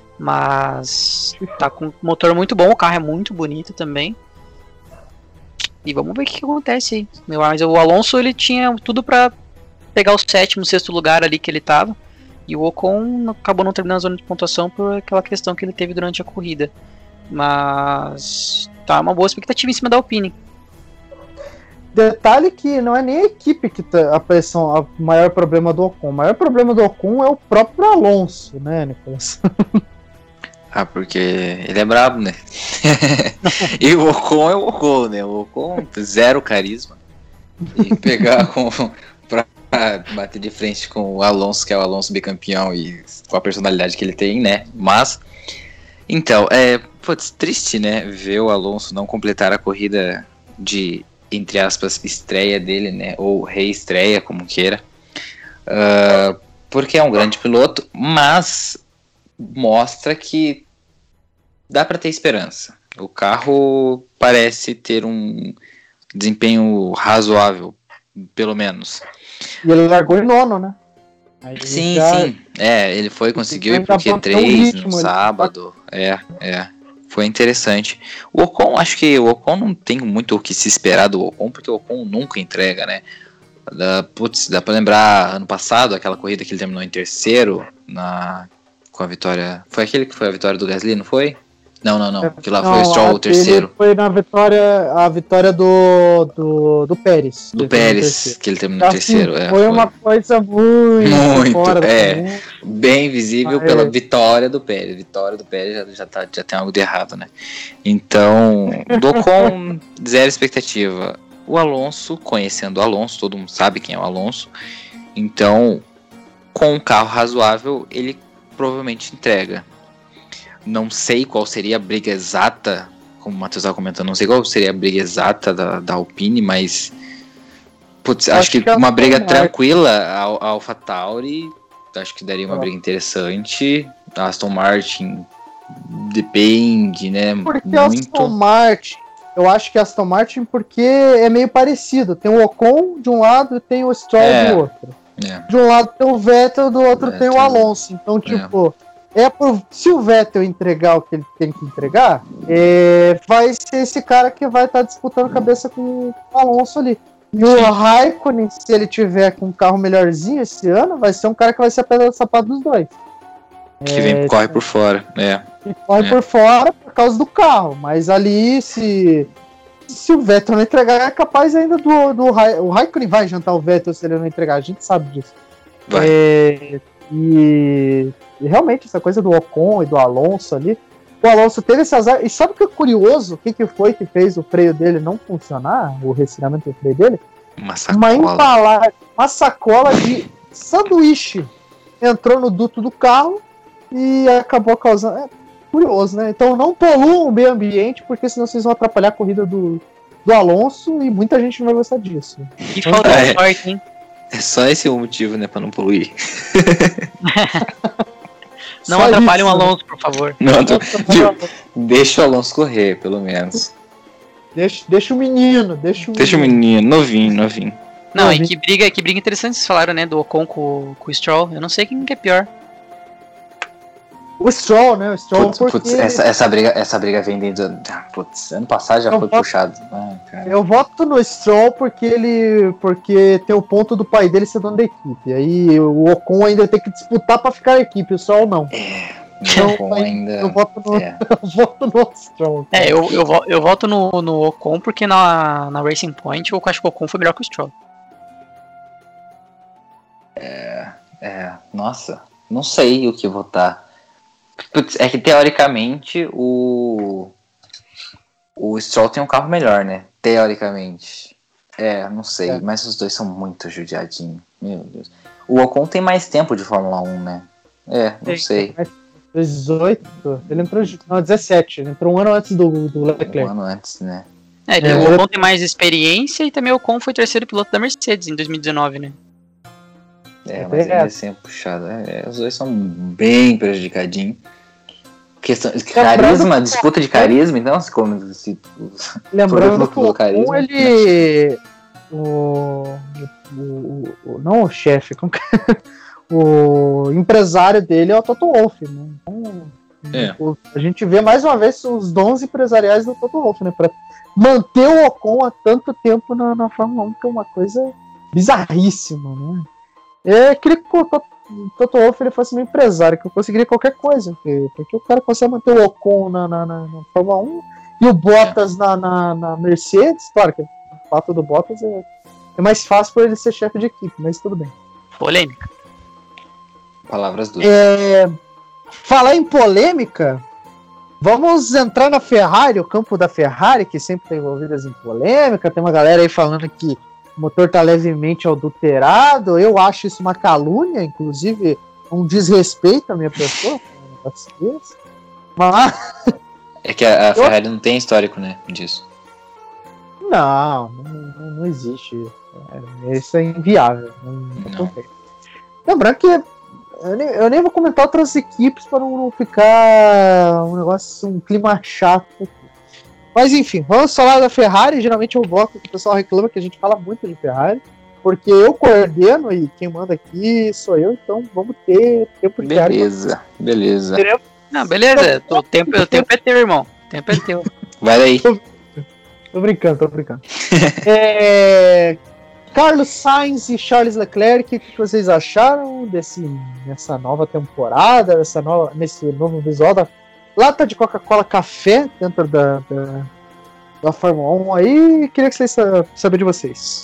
Mas tá com um motor muito bom, o carro é muito bonito também. E vamos ver o que acontece aí. Mas o Alonso, ele tinha tudo para pegar o 7º, 6º lugar ali que ele tava. E o Ocon acabou não terminando a zona de pontuação por aquela questão que ele teve durante a corrida. Mas tá uma boa expectativa em cima da Alpine. Detalhe que não é nem a equipe que tá a pressão, o maior problema do Ocon. O maior problema do Ocon é o próprio Alonso, né, Nicolas? Porque ele é brabo, né? E o Ocon é o Ocon, né? O Ocon, zero carisma. E pegar pra bater de frente com o Alonso, que é o Alonso bicampeão, e com a personalidade que ele tem, né? Mas, então, triste, né? Ver o Alonso não completar a corrida de, entre aspas, estreia dele, né? Ou reestreia, como queira. Porque é um grande piloto, mas mostra que dá para ter esperança. O carro parece ter um desempenho razoável, pelo menos. E ele largou em 9º, né? Sim. Ele conseguiu ir pro Q3 no sábado. Foi interessante. O Ocon, acho que o Ocon não tem muito o que se esperar do Ocon, porque o Ocon nunca entrega, né? Dá pra lembrar ano passado, aquela corrida que ele terminou em terceiro, com a vitória. Foi aquele que foi a vitória do Gasly, não foi? Não. Que lá foi o Stroll, o terceiro. Foi a vitória do Pérez. Do Pérez, que ele terminou em terceiro. Foi uma coisa muito fora bem visível pela vitória do Pérez. Vitória do Pérez já tem algo de errado, né? Então, do Ocon, zero expectativa. O Alonso, conhecendo o Alonso, todo mundo sabe quem é o Alonso. Então, com um carro razoável, ele provavelmente entrega. Não sei qual seria a briga exata, como o Matheus estava comentando, não sei qual seria a briga exata da Alpine, mas acho que uma briga tranquila, a AlphaTauri, acho que daria uma briga interessante. A Aston Martin depende, né? Porque muito. Aston Martin, eu acho que a Aston Martin, porque é meio parecido. Tem o Ocon de um lado e tem o Stroll do outro. De um lado tem o Vettel, do outro tem o Alonso. Então, se o Vettel entregar o que ele tem que entregar, vai ser esse cara que vai estar disputando cabeça com o Alonso ali. E o Raikkonen, se ele tiver com um carro melhorzinho esse ano, vai ser um cara que vai ser a pedra do sapato dos dois. Que corre por fora. Que corre por fora por causa do carro. Mas ali, se o Vettel não entregar, é capaz ainda o Raikkonen vai jantar o Vettel se ele não entregar. A gente sabe disso. E realmente, essa coisa do Ocon e do Alonso ali, o Alonso teve esse azar. E sabe o que é curioso? O que foi que fez o freio dele não funcionar? O resfriamento do freio dele? Uma sacola de sanduíche entrou no duto do carro e acabou causando. É curioso, né? Então não poluam o meio ambiente, porque senão vocês vão atrapalhar a corrida do Alonso e muita gente não vai gostar disso. E falta de sorte, hein? É só esse o motivo, né, pra não poluir. Não atrapalhe o Alonso, por favor. Deixa o Alonso correr, pelo menos. Deixa o menino. Deixa o menino, novinho. Não, e que briga interessante vocês falaram, né, do Ocon com o Stroll. Eu não sei quem que é pior. O Stroll, né? O Stroll porque... essa briga vem dentro... ano passado já foi puxado. Eu voto no Stroll porque tem o ponto do pai dele ser dono da equipe. Aí o Ocon ainda tem que disputar pra ficar a equipe, o Stroll não. Então, eu voto no Stroll. Eu voto no Ocon porque na Racing Point eu acho que o Ocon foi melhor que o Stroll. Nossa, não sei o que votar. É que teoricamente o Stroll tem um carro melhor, né? Teoricamente. Não sei, mas os dois são muito judiadinhos. Meu Deus. O Ocon tem mais tempo de Fórmula 1, né? Não sei. 18? Ele entrou. Não, 17. Ele entrou um ano antes do Leclerc. Um ano antes, né? O Ocon tem mais experiência e também o Ocon foi terceiro piloto da Mercedes em 2019, né? Mas ele é sempre puxado. Os dois são bem prejudicadinhos. Questão de carisma, disputa de carisma, então, lembrando que o Ocon, ele... não o chefe, o empresário dele é o Toto Wolff, né? Então, a gente vê mais uma vez os dons empresariais do Toto Wolff, né? Pra manter o Ocon há tanto tempo na Fórmula 1, que é uma coisa bizarríssima, né? Eu queria que o Toto Wolff ele fosse meu empresário, que eu conseguiria qualquer coisa, porque o cara consegue manter o Ocon na Fórmula 1 e o Bottas na Mercedes. Claro que o fato do Bottas é mais fácil por ele ser chefe de equipe, mas tudo bem. Polêmica. Palavras duras. Falar em polêmica, vamos entrar na Ferrari, o campo da Ferrari, que sempre está envolvida em polêmica. Tem uma galera aí falando que o motor está levemente adulterado. Eu acho isso uma calúnia, inclusive um desrespeito à minha pessoa. Mas... É que a Ferrari não tem histórico, né, disso. Não existe. Isso é inviável. Não. Lembrando que eu nem vou comentar outras equipes para não ficar um clima chato aqui. Mas enfim, vamos falar da Ferrari. Geralmente eu gosto que o pessoal reclama que a gente fala muito de Ferrari, porque eu coordeno e quem manda aqui sou eu, então vamos ter tempo de Ferrari. Beleza. Não, beleza. O tempo é teu, irmão. O tempo é teu. Vai daí. Tô brincando. Carlos Sainz e Charles Leclerc, o que vocês acharam nessa nova temporada, nesse novo visual da lata de Coca-Cola café dentro da Fórmula 1 aí? Queria que vocês saber de vocês.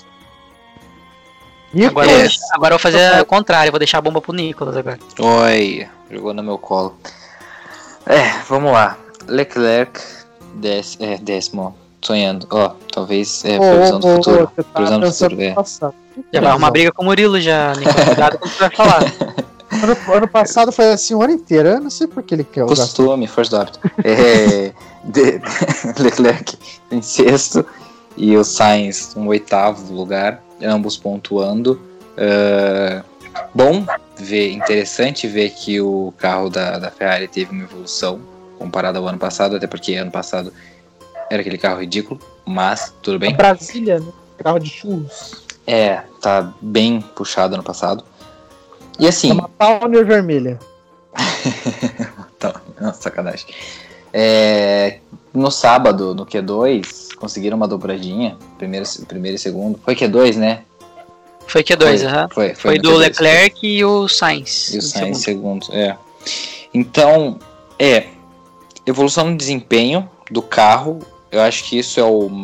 Agora eu vou fazer o contrário, eu vou deixar a bomba pro Nicolas agora. Oi, jogou no meu colo. Vamos lá. Leclerc, décimo. Sonhando, talvez previsão do futuro. Previsão do futuro, Já vai arrumar briga com o Murilo já, Nicolas. Cuidado com o que vai falar. Ano passado foi assim o ano inteiro, eu não sei por que ele quer. Costume, força do hábito. Leclerc em sexto e o Sainz em oitavo lugar, ambos pontuando. Interessante ver que o carro da Ferrari teve uma evolução comparado ao ano passado, até porque ano passado era aquele carro ridículo, mas tudo bem. Brasília, né? Carro de churros. Tá bem puxado ano passado. E assim... É uma Pioneer vermelha. Nossa, sacanagem. No sábado, no Q2, conseguiram uma dobradinha. Primeiro e segundo. Foi Q2, né? Foi Q2, Foi do Q2, Leclerc e o Sainz. E o Sainz segundo, Então, evolução no desempenho do carro. Eu acho que isso é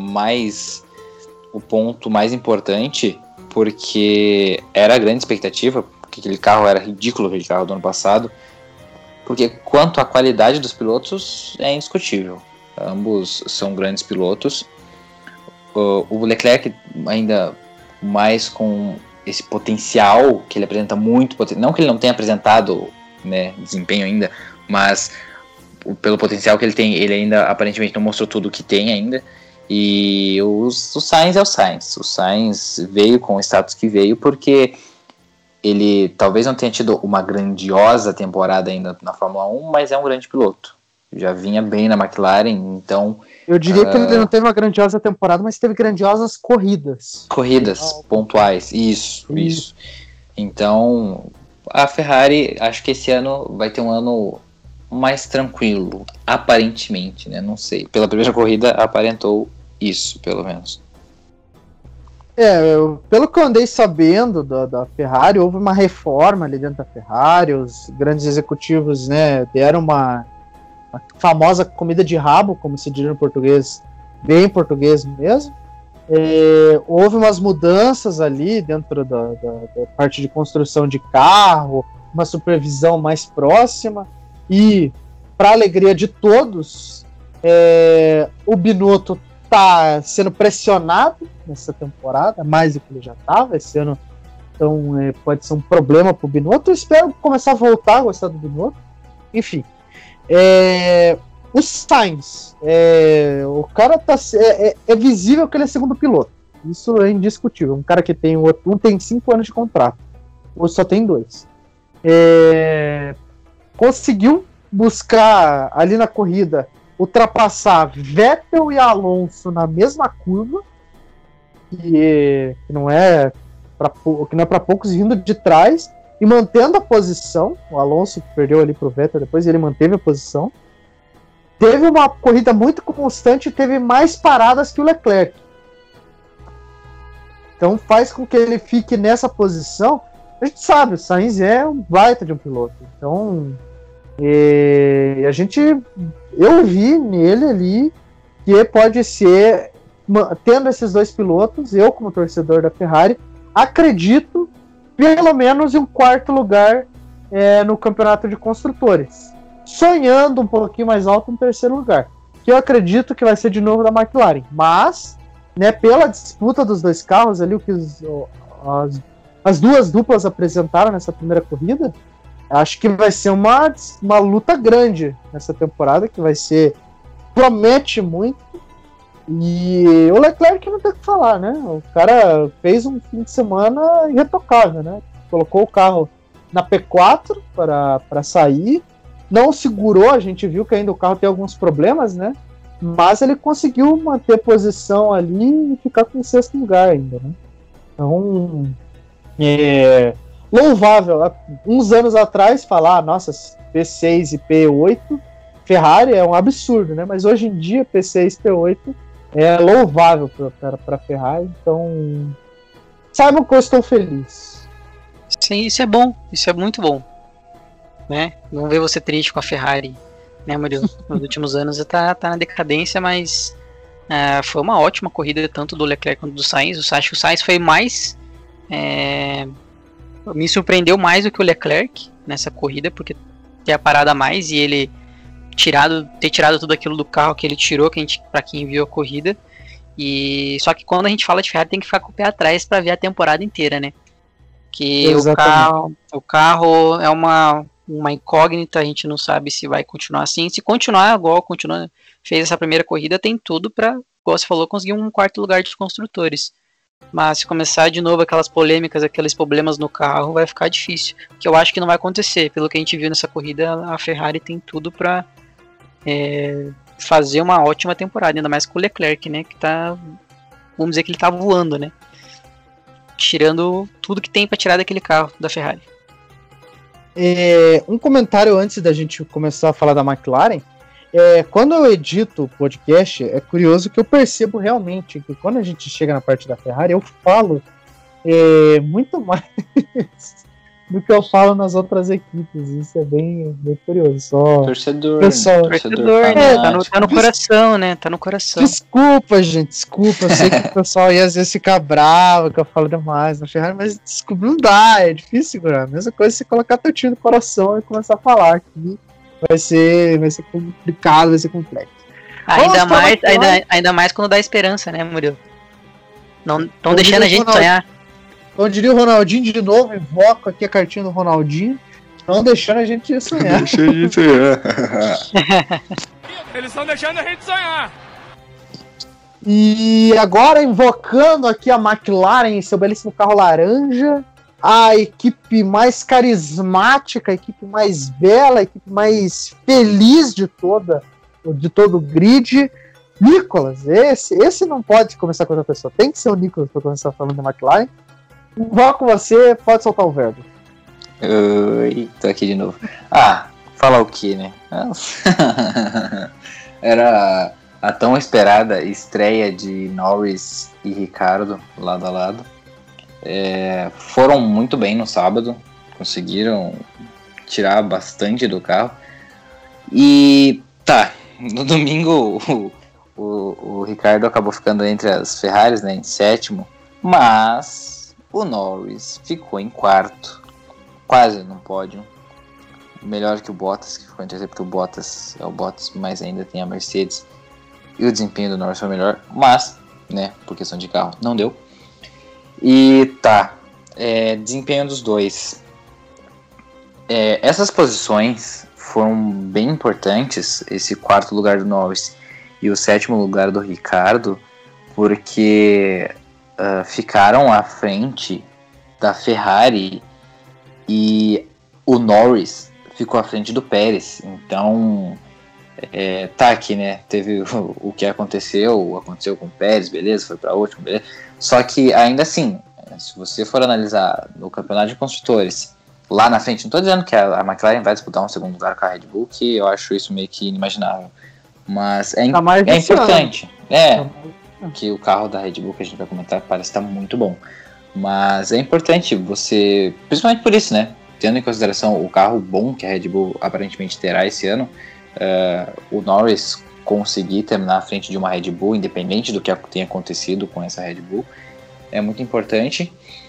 o ponto mais importante, porque era a grande expectativa, porque aquele carro era ridículo, aquele carro do ano passado, porque quanto à qualidade dos pilotos, é indiscutível. Ambos são grandes pilotos. O Leclerc ainda mais com esse potencial, que ele apresenta muito potencial, não que ele não tenha apresentado, né, desempenho ainda, mas pelo potencial que ele tem, ele ainda aparentemente não mostrou tudo o que tem ainda. E o Sainz é o Sainz. O Sainz veio com o status que veio porque ele talvez não tenha tido uma grandiosa temporada ainda na Fórmula 1, mas é um grande piloto. Já vinha bem na McLaren, então... Eu diria que ele não teve uma grandiosa temporada, mas teve grandiosas corridas. Pontuais, isso. Então, a Ferrari, acho que esse ano vai ter um ano mais tranquilo, aparentemente, né? Não sei. Pela primeira corrida aparentou isso, pelo menos. Pelo que eu andei sabendo da Ferrari, houve uma reforma ali dentro da Ferrari, os grandes executivos, né, deram uma famosa comida de rabo, como se diz no português, bem português mesmo. Houve umas mudanças ali dentro da parte de construção de carro, uma supervisão mais próxima. E, para alegria de todos, o Binotto está sendo pressionado nessa temporada, mais do que ele já estava esse ano. Então, pode ser um problema para o Binotto. Eu espero começar a voltar a gostar do Binotto. Enfim. O Sainz, o cara é visível que ele é segundo piloto. Isso é indiscutível. Um cara que tem tem 5 anos de contrato, ou só tem 2. Conseguiu buscar ali na corrida ultrapassar Vettel e Alonso na mesma curva, que não é para poucos, vindo de trás e mantendo a posição. O Alonso perdeu ali pro Vettel depois, e ele manteve a posição. Teve uma corrida muito constante e teve mais paradas que o Leclerc. Então faz com que ele fique nessa posição. A gente sabe, o Sainz é um baita de um piloto. Então, eu vi nele ali que pode ser, tendo esses dois pilotos, eu como torcedor da Ferrari, acredito pelo menos em um quarto lugar no campeonato de construtores. Sonhando um pouquinho mais alto no terceiro lugar, que eu acredito que vai ser de novo da McLaren. Mas, né, pela disputa dos dois carros ali, o que as duas duplas apresentaram nessa primeira corrida, acho que vai ser uma luta grande nessa temporada, que promete muito. E o Leclerc não tem o que falar, né? O cara fez um fim de semana irretocável, né? Colocou o carro na P4 para sair, não segurou, a gente viu que ainda o carro tem alguns problemas, né? Mas ele conseguiu manter posição ali e ficar com o sexto lugar ainda, né? Então, louvável. Uns anos atrás, falar, nossa, P6 e P8, Ferrari é um absurdo, né? Mas hoje em dia, P6 e P8 é louvável para a Ferrari. Então, saibam que eu estou feliz. Sim, isso é bom, isso é muito bom, né? Não ver você triste com a Ferrari, né, Murilo? Nos últimos anos tá na decadência, mas foi uma ótima corrida tanto do Leclerc quanto do Sainz. Acho que o Sainz foi mais me surpreendeu mais do que o Leclerc nessa corrida, porque tem a parada a mais e ele ter tirado tudo aquilo do carro que ele tirou, para quem viu a corrida. E só que quando a gente fala de Ferrari tem que ficar com o pé atrás para ver a temporada inteira, né? Que o carro é uma incógnita, a gente não sabe se vai continuar assim. Se continuar igual fez essa primeira corrida, tem tudo para, igual você falou, conseguir um quarto lugar de construtores. Mas se começar de novo aquelas polêmicas, aqueles problemas no carro, vai ficar difícil. Que eu acho que não vai acontecer. Pelo que a gente viu nessa corrida, a Ferrari tem tudo para fazer uma ótima temporada, ainda mais com o Leclerc, né? Que tá, vamos dizer que ele tá voando, né? Tirando tudo que tem para tirar daquele carro da Ferrari. Um comentário antes da gente começar a falar da McLaren. Quando eu edito o podcast, é curioso que eu percebo realmente que quando a gente chega na parte da Ferrari, eu falo muito mais do que eu falo nas outras equipes. Isso é bem curioso. Torcedor, tá no coração, né? Tá no coração. Desculpa, gente, desculpa. Eu sei que o pessoal ia às vezes ficar bravo que eu falo demais na Ferrari, mas desculpa, não dá, é difícil segurar. A mesma coisa se colocar teu tio no coração e começar a falar aqui. Vai ser complicado, vai ser complexo. Ainda mais quando dá esperança, né, Murilo? Não estão deixando a gente sonhar. Como diria o Ronaldinho de novo, invoco aqui a cartinha do Ronaldinho, não deixando a gente sonhar. Deixa a gente sonhar. Eles estão deixando a gente sonhar. E agora invocando aqui a McLaren em seu belíssimo carro laranja, a equipe mais carismática, a equipe mais bela, a equipe mais feliz de todo o grid. Nicolas, esse não pode começar com outra pessoa, tem que ser o Nicolas para começar falando da McLaren. Invoco você, pode soltar o verbo. Oi, tô aqui de novo. Falar o que, né? Era a tão esperada estreia de Norris e Ricciardo lado a lado. Foram muito bem no sábado, conseguiram tirar bastante do carro. E no domingo o Ricciardo acabou ficando entre as Ferraris, né, em sétimo, mas o Norris ficou em quarto, quase no pódio, melhor que o Bottas, que ficou em terceiro, porque o Bottas é o Bottas, mas ainda tem a Mercedes, e o desempenho do Norris foi melhor, mas, né, por questão de carro, não deu. E desempenho dos dois. Essas posições foram bem importantes, esse quarto lugar do Norris e o sétimo lugar do Ricciardo, porque ficaram à frente da Ferrari e o Norris ficou à frente do Pérez. Então, tá aqui, né? Teve o que aconteceu com o Pérez, beleza, foi para último, beleza. Só que ainda assim, se você for analisar no campeonato de construtores, lá na frente, não estou dizendo que a McLaren vai disputar um segundo lugar com a Red Bull, que eu acho isso meio que inimaginável. Mas é importante. Que o carro da Red Bull que a gente vai comentar parece estar muito bom. Mas é importante você, principalmente por isso, né? Tendo em consideração o carro bom que a Red Bull aparentemente terá esse ano, o Norris conseguir terminar à frente de uma Red Bull, independente do que tenha acontecido com essa Red Bull, é muito importante.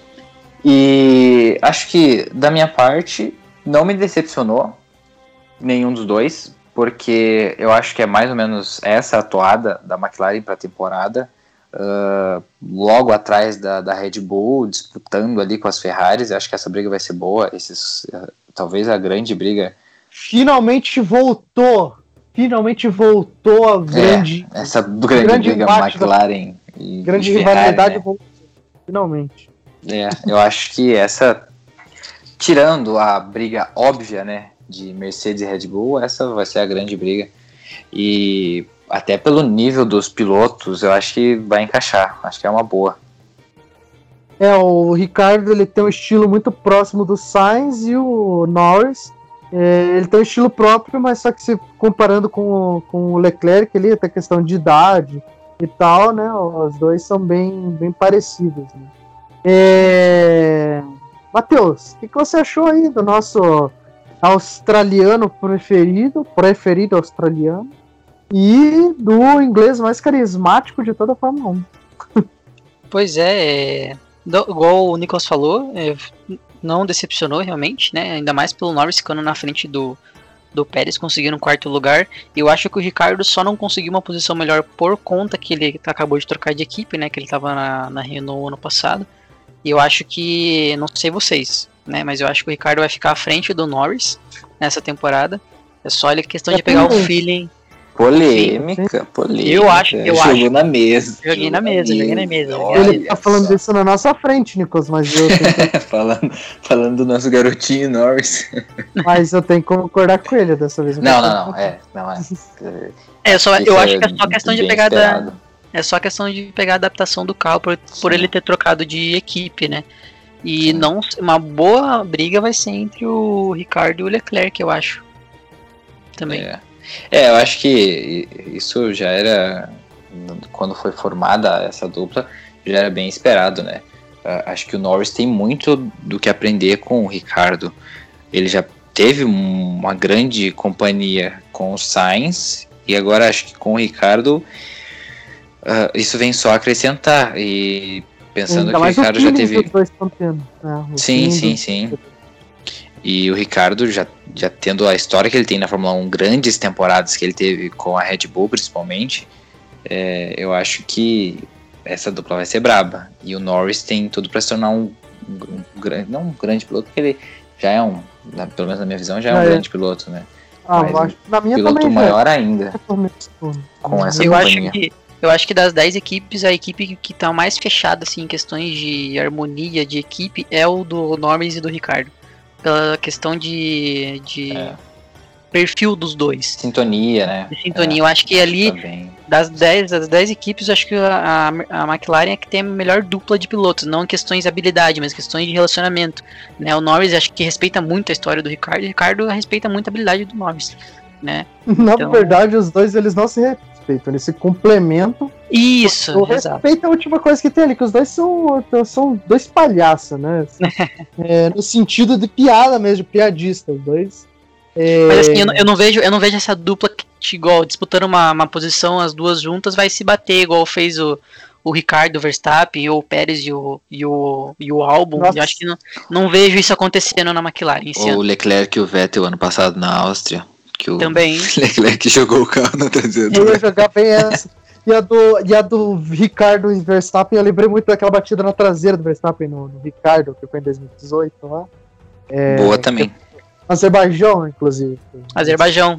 E acho que, da minha parte, não me decepcionou nenhum dos dois, porque eu acho que é mais ou menos essa a toada da McLaren para a temporada, logo atrás da Red Bull, disputando ali com as Ferraris. Eu acho que essa briga vai ser boa, talvez a grande briga. Finalmente voltou a grande... essa grande briga McLaren e grande Ferrari, rivalidade, né? voltou, finalmente. Eu acho que essa, tirando a briga óbvia, né, de Mercedes e Red Bull, essa vai ser a grande briga. E até pelo nível dos pilotos, eu acho que vai encaixar. Acho que é uma boa. O Ricardo, ele tem um estilo muito próximo do Sainz, e o Norris, ele tem um estilo próprio, mas só que se comparando com o Leclerc ali, até questão de idade e tal, né, os dois são bem parecidos, né? Matheus, o que você achou aí do nosso australiano preferido australiano, e do inglês mais carismático de toda a Fórmula 1? Pois igual o Nicolas falou, não decepcionou realmente, né? Ainda mais pelo Norris ficando na frente do Pérez, conseguindo um quarto lugar. Eu acho que o Ricardo só não conseguiu uma posição melhor por conta que ele acabou de trocar de equipe, né? Que ele estava na Renault ano passado. E eu acho que, não sei vocês, né? Mas eu acho que o Ricardo vai ficar à frente do Norris nessa temporada. É só ele questão de pegar o feeling. Polêmica. Eu acho. Joguei na mesa. Joguei na mesa. Ele tá falando isso na nossa frente, Nicolas, mas eu tenho que... falando do nosso garotinho Norris. Mas eu tenho que concordar com ele dessa vez. Não. Eu acho que é só questão de pegar É só questão de pegar a adaptação do carro por ele ter trocado de equipe, né? E não, uma boa briga vai ser entre o Ricardo e o Leclerc, eu acho. Também. Eu acho que isso já era, quando foi formada essa dupla, já era bem esperado, né? Acho que o Norris tem muito do que aprender com o Ricardo. Ele já teve uma grande companhia com o Sainz, e agora acho que com o Ricardo isso vem só acrescentar. E pensando que o Ricardo já teve... Sim. E o Ricardo já tendo a história que ele tem na Fórmula 1, grandes temporadas que ele teve com a Red Bull principalmente, eu acho que essa dupla vai ser braba. E o Norris tem tudo para se tornar um grande piloto, porque ele já é pelo menos na minha visão, já é um grande piloto, né? Mas na minha piloto também maior ainda com essa companhia. Eu acho que das 10 equipes, a equipe que tá mais fechada assim, em questões de harmonia de equipe é o do Norris e do Ricardo. Pela questão de perfil dos dois. Sintonia, né? De sintonia. Eu acho que ali, das 10 equipes, eu acho que a McLaren é que tem a melhor dupla de pilotos. Não em questões de habilidade, mas questões de relacionamento. Né? O Norris acho que respeita muito a história do Ricardo, e o Ricardo respeita muito a habilidade do Norris. Né? Na verdade, os dois eles não se respeitam, eles se complementam. Isso, o respeito é a última coisa que tem ali, que os dois são dois palhaços, né? No sentido de piada mesmo, de piadista, os dois. Mas assim, eu não vejo essa dupla igual, disputando uma posição, as duas juntas vai se bater, igual fez o Ricardo, o Verstappen, ou o Pérez e o Albon. Eu acho que não vejo isso acontecendo na McLaren. O Leclerc e o Vettel ano passado na Áustria. Que o também. Leclerc jogou o carro na traseira. Eu ia jogar bem essa. E a do Ricardo e Verstappen, eu lembrei muito daquela batida na traseira do Verstappen no Ricardo, que foi em 2018 lá. Boa também. Azerbaijão, inclusive. Azerbaijão,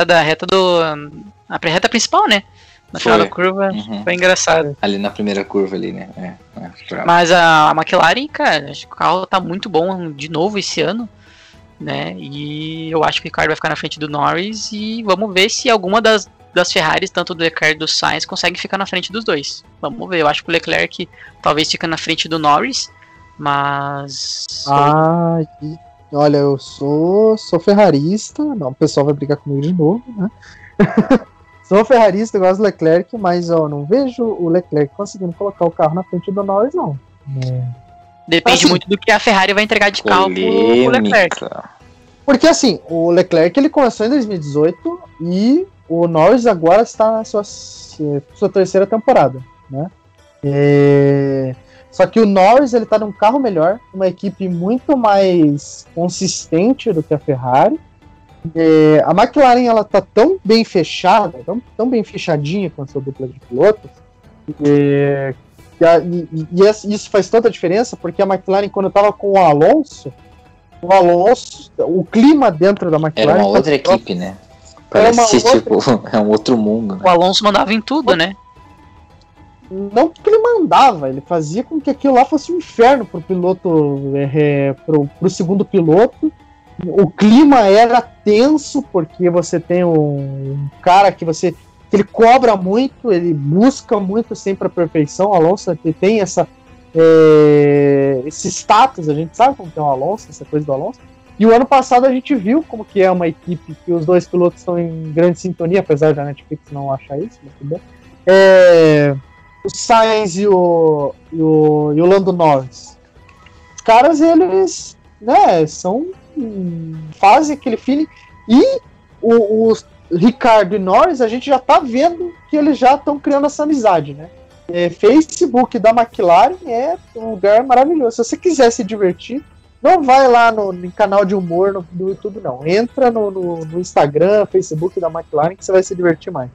a reta principal, né? Na final da curva, foi engraçado. Ali na primeira curva ali, né? Mas a McLaren, cara, acho que o carro tá muito bom de novo esse ano. né? E eu acho que o Ricardo vai ficar na frente do Norris e vamos ver se alguma das Ferraris, tanto do Leclerc e do Sainz, consegue ficar na frente dos dois. Vamos ver, eu acho que o Leclerc talvez fique na frente do Norris, mas... Olha, eu sou ferrarista, não, o pessoal vai brigar comigo de novo, né? Sou ferrarista, eu gosto do Leclerc, mas eu não vejo o Leclerc conseguindo colocar o carro na frente do Norris, não. Depende assim, muito do que a Ferrari vai entregar de carro pro Leclerc. Porque assim, o Leclerc ele começou em 2018 e o Norris agora está na sua terceira temporada, né? Só que o Norris ele tá num carro melhor, uma equipe muito mais consistente do que a Ferrari. A McLaren ela tá tão bem fechada, tão bem fechadinha com a sua dupla de pilotos, e isso faz tanta diferença, porque a McLaren, quando estava com o Alonso, o clima dentro da McLaren... Era uma outra equipe, né? Parece tipo, é um outro mundo. Né? O Alonso mandava em tudo, né? Não que ele mandava, ele fazia com que aquilo lá fosse um inferno pro piloto, pro segundo piloto. O clima era tenso, porque você tem um cara que ele cobra muito, ele busca muito sempre a perfeição. O Alonso tem esse status, a gente sabe como que é o Alonso, essa coisa do Alonso. E o ano passado a gente viu como que é uma equipe que os dois pilotos estão em grande sintonia, apesar da Netflix não achar isso, mas tudo bem. O Sainz e o Lando Norris. Os caras, eles, né, fazem aquele feeling. E o Ricardo e Norris, a gente já tá vendo que eles já estão criando essa amizade, né? Facebook da McLaren é um lugar maravilhoso. Se você quiser se divertir, não vai lá no canal de humor do YouTube, não. Entra no Instagram, Facebook da McLaren, que você vai se divertir mais.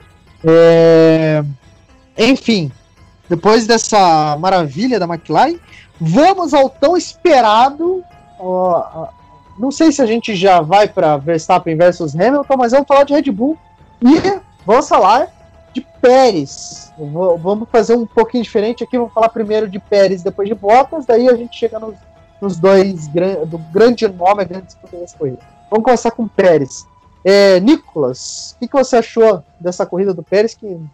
Enfim, depois dessa maravilha da McLaren, vamos ao tão esperado... não sei se a gente já vai para Verstappen versus Hamilton, mas vamos falar de Red Bull e vamos falar de Pérez. Vamos fazer um pouquinho diferente aqui, vamos falar primeiro de Pérez, depois de Bottas, daí a gente chega nos dois do grande nome, a grande disputa dessa corrida. Vamos começar com Pérez. Nicolas, o que você achou dessa corrida do Pérez?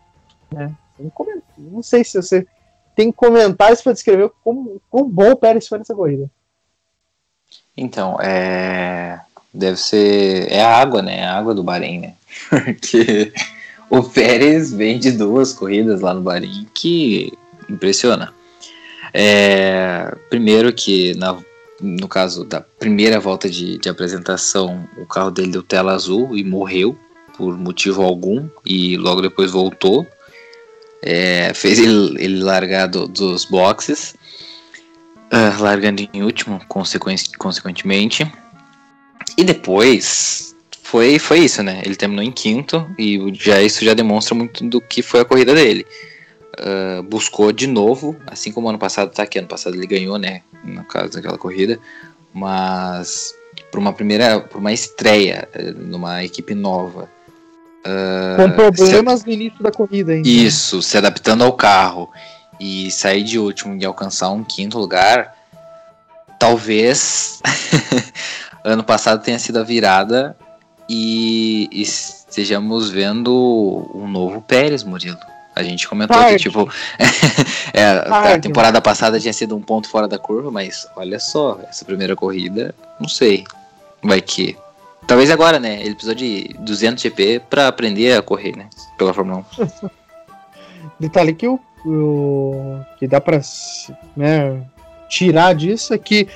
Não sei se você tem comentários para descrever quão bom o Pérez foi nessa corrida. Então, deve ser... É a água, né? A água do Bahrein, né? Porque o Pérez vem de 2 corridas lá no Bahrein que impressiona. Primeiro que, no caso da primeira volta de apresentação, o carro dele deu tela azul e morreu por motivo algum, e logo depois voltou. Fez ele largar dos boxes, largando em último, consequentemente. E depois foi isso, né? Ele terminou em quinto, e isso já demonstra muito do que foi a corrida dele. Buscou de novo, assim como ano passado, que ano passado ele ganhou, né? No caso daquela corrida, mas por uma estreia numa equipe nova. Com problemas no início da corrida ainda. Isso, se adaptando ao carro e sair de último e alcançar um quinto lugar, talvez ano passado tenha sido a virada e estejamos vendo um novo Pérez, Murilo. A gente comentou que tipo a temporada passada tinha sido um ponto fora da curva, mas olha só, essa primeira corrida, não sei, vai que... Talvez agora, né? Ele precisou de 200 GP pra aprender a correr, né? Pela Fórmula 1. Detalhe que que dá pra, né, tirar disso é que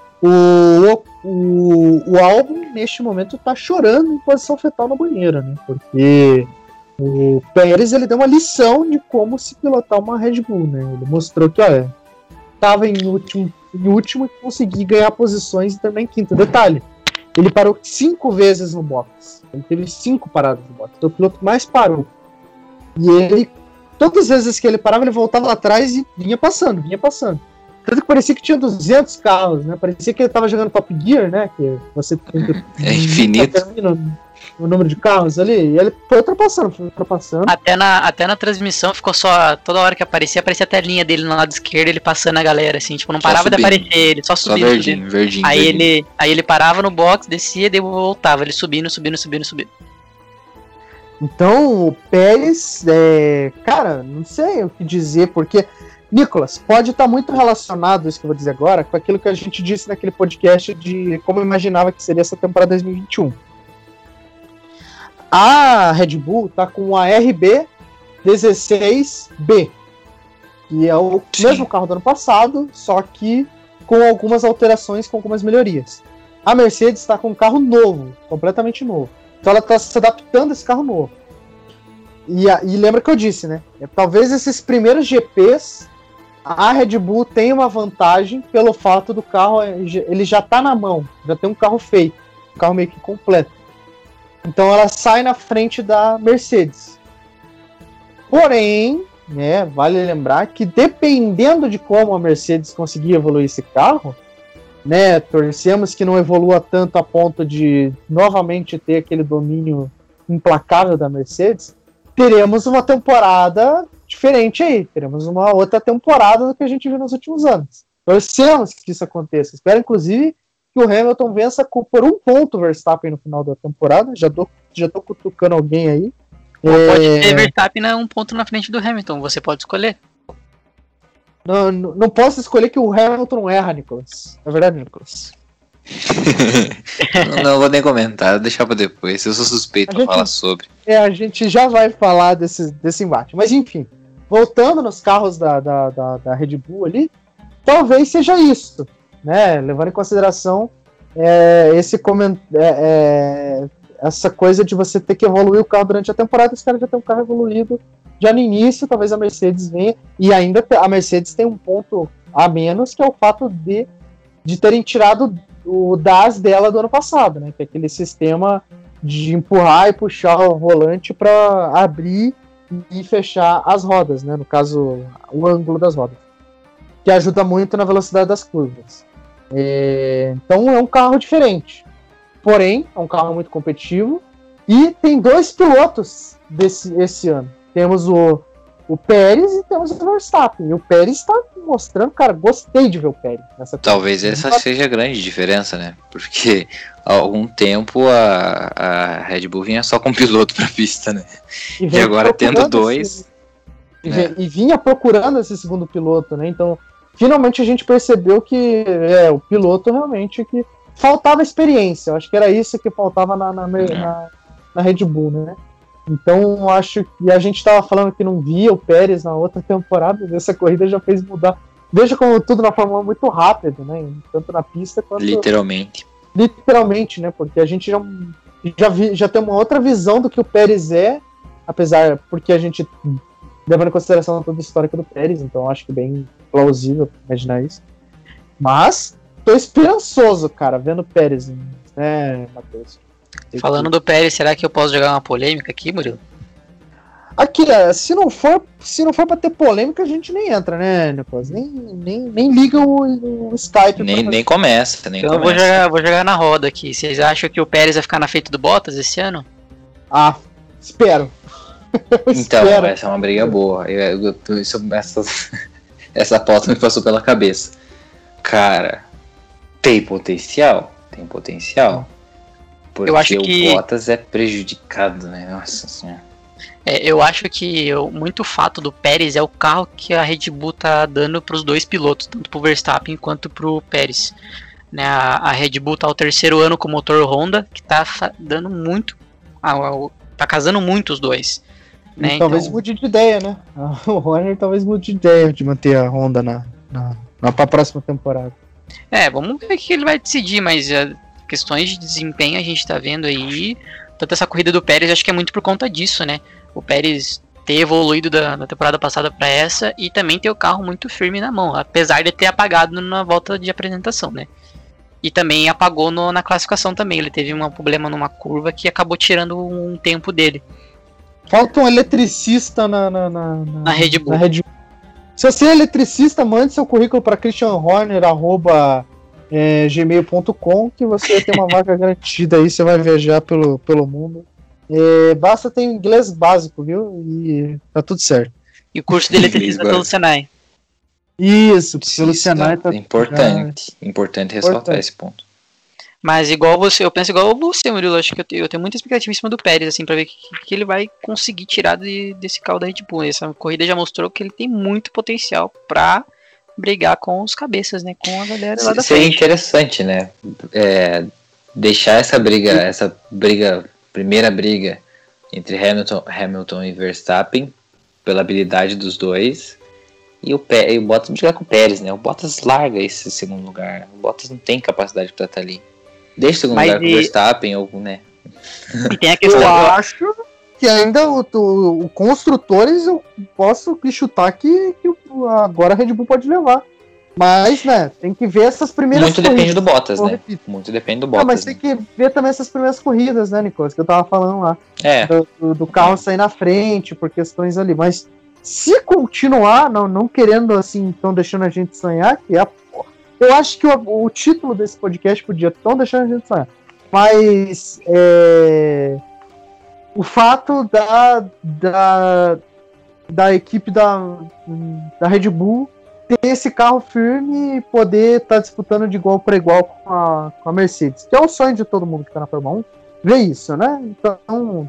o Albon, neste momento, tá chorando em posição fetal na banheira, né? Porque o Pérez, ele deu uma lição de como se pilotar uma Red Bull, né? Ele mostrou que, olha, tava em último e consegui ganhar posições e também em quinto. Detalhe, ele parou 5 vezes no box. Ele teve 5 paradas no box. Então o piloto que mais parou. E ele, todas as vezes que ele parava, ele voltava lá atrás e vinha passando. Tanto que parecia que tinha 200 carros, né? Parecia que ele tava jogando Top Gear, né? Que você É infinito. O número de carros ali, e ele foi ultrapassando. Até na transmissão ficou só. Toda hora que aparecia a telinha dele no lado esquerdo, ele passando a galera, assim, tipo, não Só parava subindo. de aparecer, ele só Só subindo. verdinho. Aí ele parava no box, descia, daí voltava, ele subindo. Então, o Pérez, cara, não sei o que dizer, porque, Nicolas, pode estar muito relacionado, isso que eu vou dizer agora, com aquilo que a gente disse naquele podcast de como eu imaginava que seria essa temporada 2021. A Red Bull tá com a RB16B, que é o mesmo carro do ano passado, só que com algumas alterações, com algumas melhorias. A Mercedes está com um carro novo, completamente novo. Então ela está se adaptando a esse carro novo. E lembra que eu disse, né? Talvez esses primeiros GPs, a Red Bull tenha uma vantagem pelo fato do carro, ele já está na mão, já tem um carro feito, um carro meio que completo. Então ela sai na frente da Mercedes. Porém, né, vale lembrar que dependendo de como a Mercedes conseguir evoluir esse carro, né, torcemos que não evolua tanto a ponto de novamente ter aquele domínio implacável da Mercedes, teremos uma temporada diferente aí. Teremos uma outra temporada do que a gente viu nos últimos anos. Torcemos que isso aconteça. Espero, inclusive, que o Hamilton vença por um ponto o Verstappen no final da temporada. Já tô cutucando alguém aí. Pode ter Verstappen um ponto na frente do Hamilton, você pode escolher. Não posso escolher que o Hamilton não erra, Nicolas. É verdade, Nicolas? não vou nem comentar, vou deixar pra depois. Eu sou suspeito pra falar sobre. A gente já vai falar desse embate. Mas enfim, voltando nos carros da Red Bull ali, talvez seja isso, né? Levando em consideração essa coisa de você ter que evoluir o carro durante a temporada. Os caras já tem um carro evoluído já no início, talvez a Mercedes venha, e ainda a Mercedes tem um ponto a menos, que é o fato de terem tirado o DAS dela do ano passado, né? Que é aquele sistema de empurrar e puxar o volante para abrir e fechar as rodas, né? No caso, o ângulo das rodas, que ajuda muito na velocidade das curvas. Então é um carro diferente, porém é um carro muito competitivo, e tem dois pilotos esse ano. Temos o Pérez e temos o Verstappen. E o Pérez está mostrando, cara, gostei de ver o Pérez nessa Talvez essa seja a grande diferença, né? Porque há algum tempo a Red Bull vinha só com um piloto pra pista, né? E agora tendo dois. E vinha procurando esse segundo piloto, né? Então, finalmente a gente percebeu que o piloto realmente que faltava experiência. Eu acho que era isso que faltava na Red Bull, né? Então, acho que a gente estava falando que não via o Pérez na outra temporada, essa corrida já fez mudar. Veja como tudo na Fórmula 1 é muito rápido, né? Tanto na pista quanto... Literalmente, né? Porque a gente já tem uma outra visão do que o Pérez é, porque a gente, levando em consideração toda a história do Pérez, então acho que é bem plausível imaginar isso. Mas, tô esperançoso, cara, vendo o Pérez, né, Matheus? Falando do Pérez, será que eu posso jogar uma polêmica aqui, Murilo? Aqui, se não for pra ter polêmica, a gente nem entra, né, Nicolas? Nem liga o Skype. Nem começa. Então eu vou jogar na roda aqui. Vocês acham que o Pérez vai ficar na frente do Bottas esse ano? Ah, espero. Então, essa é uma briga boa. Essa pauta me passou pela cabeça. Cara, tem potencial? Tem potencial. Porque eu acho que o Bottas é prejudicado, né? Nossa senhora. Eu acho que muito fato do Pérez é o carro que a Red Bull tá dando para os dois pilotos, tanto pro Verstappen quanto pro Pérez. Né, a Red Bull tá o terceiro ano com o motor Honda, que tá dando muito, tá casando muito os dois. Né? Talvez mude de ideia, né? O Horner talvez mude de ideia de manter a Honda pra próxima temporada. Vamos ver o que ele vai decidir, mas questões de desempenho a gente tá vendo aí. Tanto essa corrida do Pérez, acho que é muito por conta disso, né? O Pérez ter evoluído da temporada passada para essa e também ter o carro muito firme na mão, apesar de ter apagado na volta de apresentação, né? E também apagou na classificação também. Ele teve um problema numa curva que acabou tirando um tempo dele. Falta um eletricista na Red Bull. Se você é eletricista, mande seu currículo para christianhorner@gmail.com que você tem uma vaga garantida aí, você vai viajar pelo mundo. Basta ter inglês básico, viu? E tá tudo certo. E o curso de eletricista pelo Senai. Isso, pelo Senai tá Importante ressaltar esse ponto. Mas igual você, eu penso igual você, Murilo. Acho que eu tenho muita expectativa em cima do Pérez, assim, pra ver o que ele vai conseguir tirar desse carro da Red Bull. Essa corrida já mostrou que ele tem muito potencial pra brigar com os cabeçon, né? Com a galera lá da frente. Seria interessante, né? Deixar essa briga, primeira briga entre Hamilton e Verstappen, pela habilidade dos dois, e o Bottas brigar com o Pérez, né? O Bottas larga esse segundo lugar. O Bottas não tem capacidade pra estar ali. Deixa o segundo lugar com o Verstappen, ou, né? E tem a questão. Eu acho que ainda o construtores eu posso chutar que agora a Red Bull pode levar. Mas, né, tem que ver essas primeiras corridas. Muito depende do Bottas, né? Muito depende do Bottas. Mas tem que ver também essas primeiras corridas, né, Nicolas? Que eu tava falando lá. Do carro sair na frente, por questões ali. Mas se continuar, não querendo, assim, estão deixando a gente sonhar, que é. Eu acho que o título desse podcast podia estão deixando a gente sonhar. Mas o fato da equipe da Red Bull ter esse carro firme e poder estar disputando de igual para igual com a Mercedes, que é o sonho de todo mundo que está na Fórmula 1, ver isso, né? Então,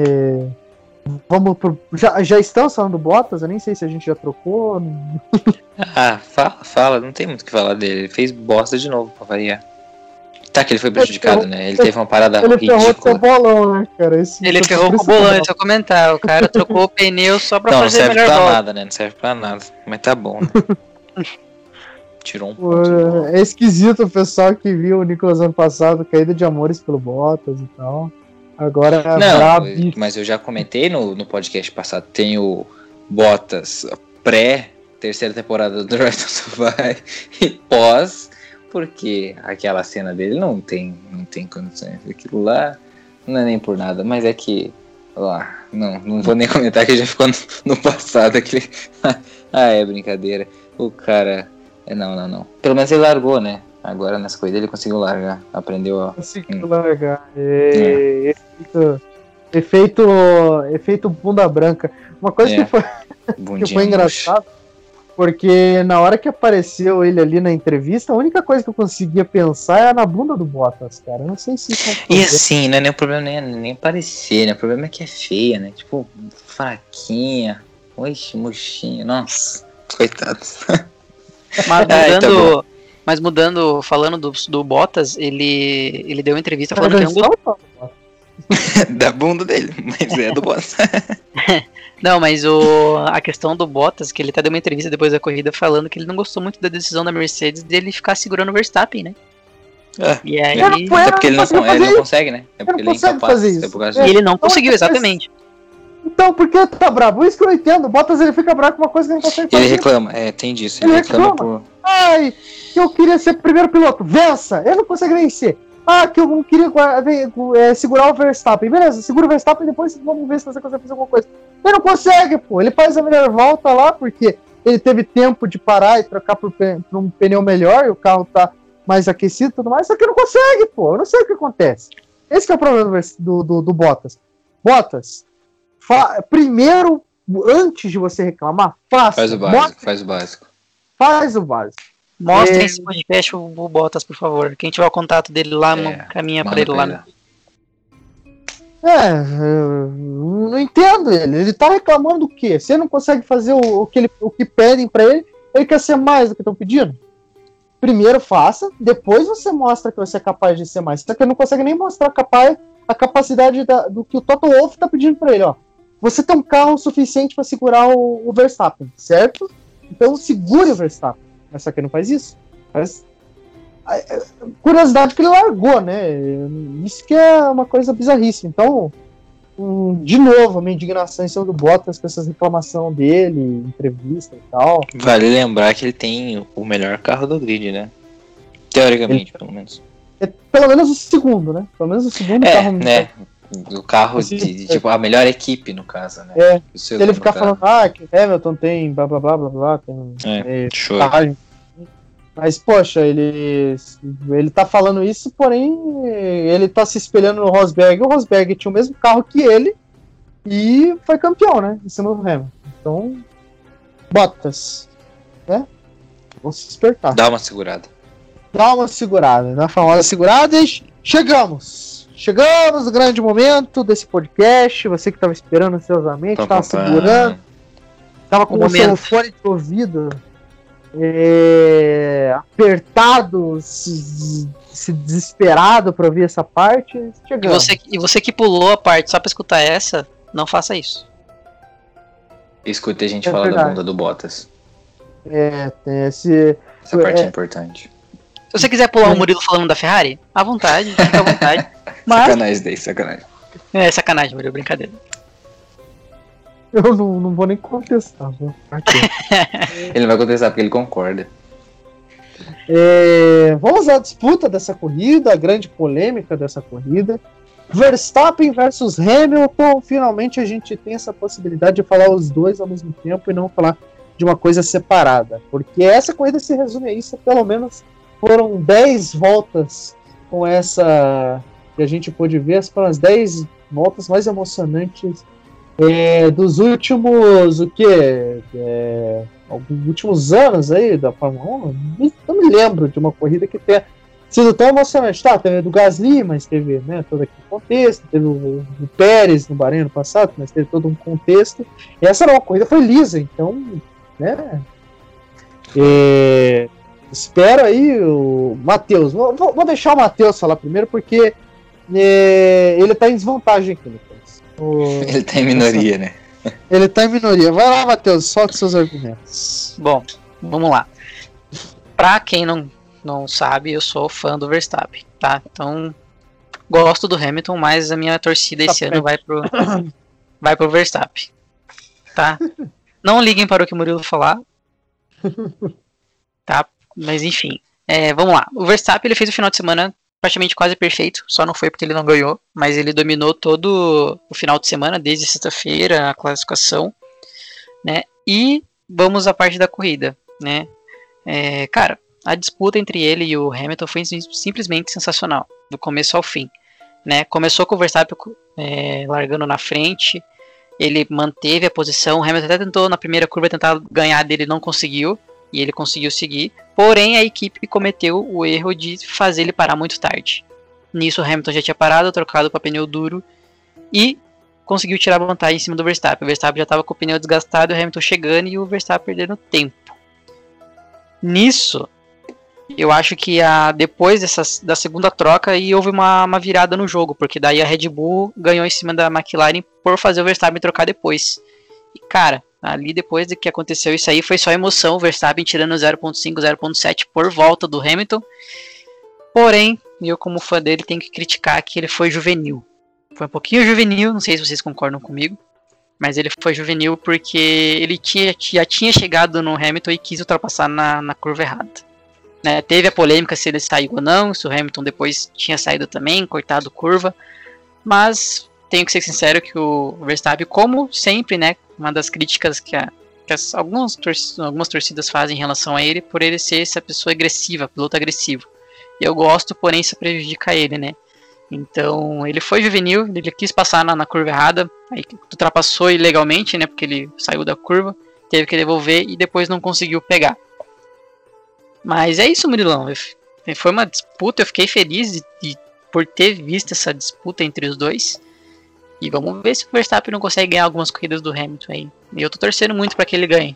já estamos falando do Bottas, eu nem sei se a gente já trocou. Fala, não tem muito o que falar dele, ele fez bosta de novo pra variar. Tá, que ele foi prejudicado, né? Ele teve uma parada ridícula. Ele ferrou com o bolão, né, cara? Ele ferrou com o bolão, é só comentar. O cara trocou o pneu só pra fazer melhor volta. Não serve pra nada, né? Não serve pra nada. Mas tá bom, né? Tirou um ponto. É esquisito o pessoal que viu o Nicolas ano passado, caída de amores pelo Bottas e tal. Agora mas eu já comentei no podcast passado. Tem o Bottas pré-terceira temporada do Drive to Survive e pós. Porque aquela cena dele não tem condições. Aquilo lá não é nem por nada. Mas é que. Não vou nem comentar que já ficou no passado. Aquele... é brincadeira. O cara. Não. Pelo menos ele largou, né? Agora nessa corrida ele conseguiu largar. Aprendeu a. Conseguiu largar. Efeito bunda branca. Uma coisa que foi engraçado. Porque na hora que apareceu ele ali na entrevista, a única coisa que eu conseguia pensar era na bunda do Bottas, cara. Eu não sei se isso E assim, não é nem o problema nem parecer, né? O problema é que é feia, né? Tipo, fraquinha. Oxe, murchinha. Nossa, coitado. Mas mudando, falando do Bottas, ele deu uma entrevista falando que não gostou. Da bunda dele, mas é do Bottas. Não, mas a questão do Bottas, que ele até deu uma entrevista depois da corrida falando que ele não gostou muito da decisão da Mercedes dele ficar segurando o Verstappen, né? E aí... Até porque ele não consegue, né? É porque ele é incapaz. E ele não conseguiu, exatamente. Então, por que tá bravo? Isso que eu não entendo. O Bottas ele fica bravo com uma coisa que ele não consegue fazer. Ele reclama, tem disso. Ele reclama por... Ai, que eu queria ser primeiro piloto. Vença! Eu não consigo vencer. Que eu não queria segurar o Verstappen. Beleza, segura o Verstappen e depois vamos ver se você consegue fazer alguma coisa. Ele não consegue, pô. Ele faz a melhor volta lá porque ele teve tempo de parar e trocar por um pneu melhor e o carro tá mais aquecido e tudo mais. Só que não consegue, pô. Eu não sei o que acontece. Esse que é o problema do Bottas. Bottas, primeiro, antes de você reclamar, faz o básico. Faz o básico. Mostre esse podcast o Bottas, por favor. Quem tiver o contato dele lá, caminha pra ele lá. Não entendo ele. Ele tá reclamando do quê? Você não consegue fazer o que pedem pra ele, ele quer ser mais do que estão pedindo? Primeiro faça, depois você mostra que você é capaz de ser mais. Só que ele não consegue nem mostrar a capacidade do que o Toto Wolff tá pedindo pra ele, ó. Você tem um carro suficiente pra segurar o Verstappen, certo? Então segure o Verstappen. Mas só que ele não faz isso. Curiosidade que ele largou, né? Isso que é uma coisa bizarríssima. Então, de novo, a minha indignação em cima do Bottas com essas reclamações dele, entrevista e tal. Vale lembrar que ele tem o melhor carro do grid, né? Teoricamente, pelo menos. Pelo menos o segundo, né? Pelo menos o segundo carro. Né? Do carro tipo, a melhor equipe, no caso, né? É, se ele ficar falando, que Hamilton tem blá blá blá blá blá, tem show. Mas, poxa, ele tá falando isso, porém, ele tá se espelhando no Rosberg. O Rosberg tinha o mesmo carro que ele e foi campeão, né? Em cima do Hamilton. Então, Bottas, né? Vamos se despertar. Dá uma segurada. Na famosa segurada e chegamos no grande momento desse podcast. Você que tava esperando ansiosamente, tava segurando, tava com o seu fone de ouvido apertado, se desesperado pra ouvir essa parte. Chegamos. E você que pulou a parte só pra escutar essa, não faça isso. Escute a gente falar da bunda do Bottas. Essa parte é importante. Se você quiser pular o Murilo falando da Ferrari, à vontade, fica à vontade. Mas... sacanagem. É sacanagem, Murilo, brincadeira. Eu não vou nem contestar. Ele não vai contestar porque ele concorda. Vamos à disputa dessa corrida, a grande polêmica dessa corrida. Verstappen versus Hamilton. Finalmente a gente tem essa possibilidade de falar os dois ao mesmo tempo e não falar de uma coisa separada. Porque essa corrida se resume a isso, pelo menos foram 10 voltas com essa que a gente pôde ver, foram as 10 voltas mais emocionantes dos últimos, últimos anos aí da Fórmula 1. Não me lembro de uma corrida que tenha sido tão emocionante. Teve a do Gasly, mas teve, né, todo aquele contexto, teve o Pérez no Bahrein no passado, mas teve todo um contexto. E essa era uma corrida, foi lisa, então, né, espero aí o Matheus. Vou deixar o Matheus falar primeiro, porque ele tá em desvantagem aqui, Lucas. Ele tá em minoria, né? Ele tá em minoria. Vai lá, Matheus, solta seus argumentos. Bom, vamos lá. Pra quem não sabe, eu sou fã do Verstappen, tá? Então, gosto do Hamilton, mas a minha torcida esse ano vai pro Verstappen, tá? Não liguem para o que o Murilo falar, tá? Mas enfim, vamos lá. O Verstappen, ele fez o final de semana praticamente quase perfeito, só não foi porque ele não ganhou, mas ele dominou todo o final de semana, desde sexta-feira, a classificação, né? E vamos à parte da corrida, né? Cara, a disputa entre ele e o Hamilton foi simplesmente sensacional, do começo ao fim, né? Começou com o Verstappen largando na frente, ele manteve a posição, o Hamilton até tentou na primeira curva tentar ganhar dele, não conseguiu, e ele conseguiu seguir, porém a equipe cometeu o erro de fazer ele parar muito tarde. Nisso o Hamilton já tinha parado, trocado para pneu duro e conseguiu tirar a vantagem em cima do Verstappen. O Verstappen já estava com o pneu desgastado, o Hamilton chegando e o Verstappen perdendo tempo. Nisso, eu acho que depois da segunda troca aí houve uma virada no jogo, porque daí a Red Bull ganhou em cima da McLaren por fazer o Verstappen trocar depois. E cara, ali depois de que aconteceu isso aí, foi só emoção, o Verstappen tirando 0.5, 0.7 por volta do Hamilton. Porém, eu como fã dele tenho que criticar que ele foi juvenil. Foi um pouquinho juvenil, não sei se vocês concordam comigo, mas ele foi juvenil porque ele já tinha chegado no Hamilton e quis ultrapassar na curva errada. Né, teve a polêmica se ele saiu ou não, se o Hamilton depois tinha saído também, cortado curva, mas tenho que ser sincero que o Verstappen, como sempre, né, uma das críticas que algumas torcidas fazem em relação a ele, por ele ser essa pessoa agressiva, piloto agressivo. Eu gosto, porém isso prejudica ele, né. Então ele foi juvenil, ele quis passar na curva errada, aí ultrapassou ilegalmente, né, porque ele saiu da curva, teve que devolver e depois não conseguiu pegar. Mas é isso, Murilão. Foi uma disputa, eu fiquei feliz por ter visto essa disputa entre os dois. E vamos ver se o Verstappen não consegue ganhar algumas corridas do Hamilton aí. E eu tô torcendo muito para que ele ganhe.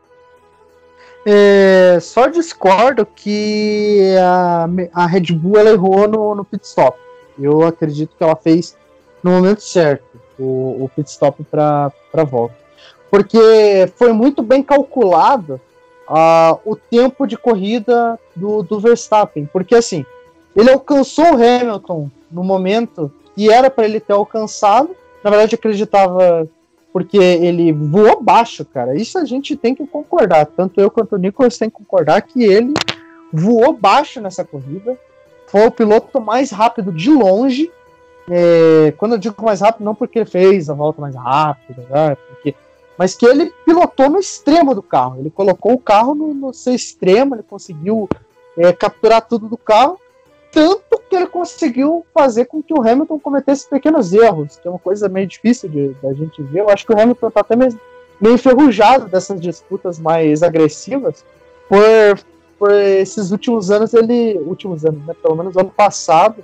Só discordo que a Red Bull ela errou no pit stop. Eu acredito que ela fez no momento certo o pit stop para volta. Porque foi muito bem calculado o tempo de corrida do Verstappen, porque assim, ele alcançou o Hamilton no momento que era para ele ter alcançado. Na verdade, eu acreditava, porque ele voou baixo, cara. Isso a gente tem que concordar, tanto eu quanto o Nicolas tem que concordar que ele voou baixo nessa corrida. Foi o piloto mais rápido de longe quando eu digo mais rápido, não porque ele fez a volta mais rápida, né, mas que ele pilotou no extremo do carro. Ele colocou o carro no seu extremo, ele conseguiu capturar tudo do carro, tanto que ele conseguiu fazer com que o Hamilton cometesse pequenos erros, que é uma coisa meio difícil da gente ver. Eu acho que o Hamilton está até meio enferrujado dessas disputas mais agressivas, por esses últimos anos, né, pelo menos ano passado,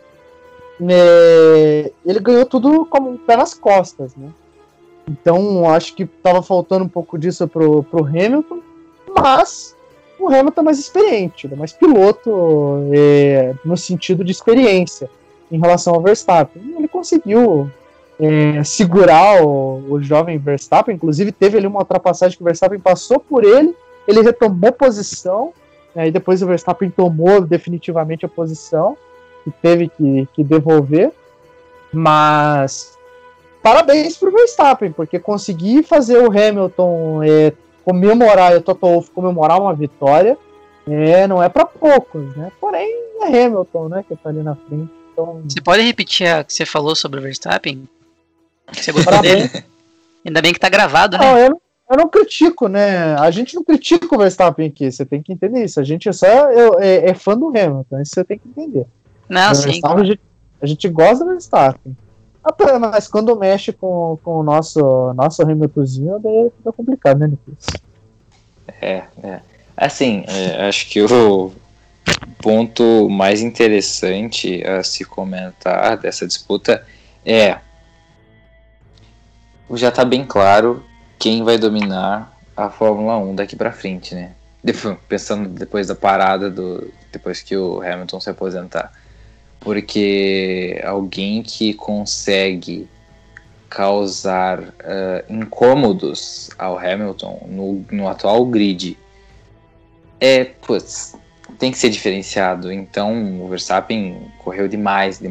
ele ganhou tudo como um pé nas costas, né? Então, acho que estava faltando um pouco disso pro Hamilton, mas o Hamilton é mais experiente, ele é mais piloto no sentido de experiência em relação ao Verstappen. E ele conseguiu segurar o jovem Verstappen, inclusive teve ali uma ultrapassagem que o Verstappen passou por ele retomou posição, e depois o Verstappen tomou definitivamente a posição, e teve que devolver, mas parabéns pro Verstappen, porque conseguir fazer o Hamilton comemorar, o Toto Wolff comemorar uma vitória, não é para poucos, né? Porém, é Hamilton, né, que tá ali na frente. Então... Você pode repetir o que você falou sobre o Verstappen? Você gostou dele? Ainda bem que tá gravado, né? Não, eu não critico, né? A gente não critica o Verstappen aqui, você tem que entender isso. A gente é fã do Hamilton, isso você tem que entender. Não, sim. Claro. A gente gosta do Verstappen. Mas quando mexe com o nosso Hamiltonzinho, daí fica complicado, né, Nicolas? Assim, acho que o ponto mais interessante a se comentar dessa disputa já tá bem claro quem vai dominar a Fórmula 1 daqui pra frente, né? Pensando depois da parada, depois que o Hamilton se aposentar. Porque alguém que consegue causar incômodos ao Hamilton no atual grid tem que ser diferenciado. Então o Verstappen correu demais.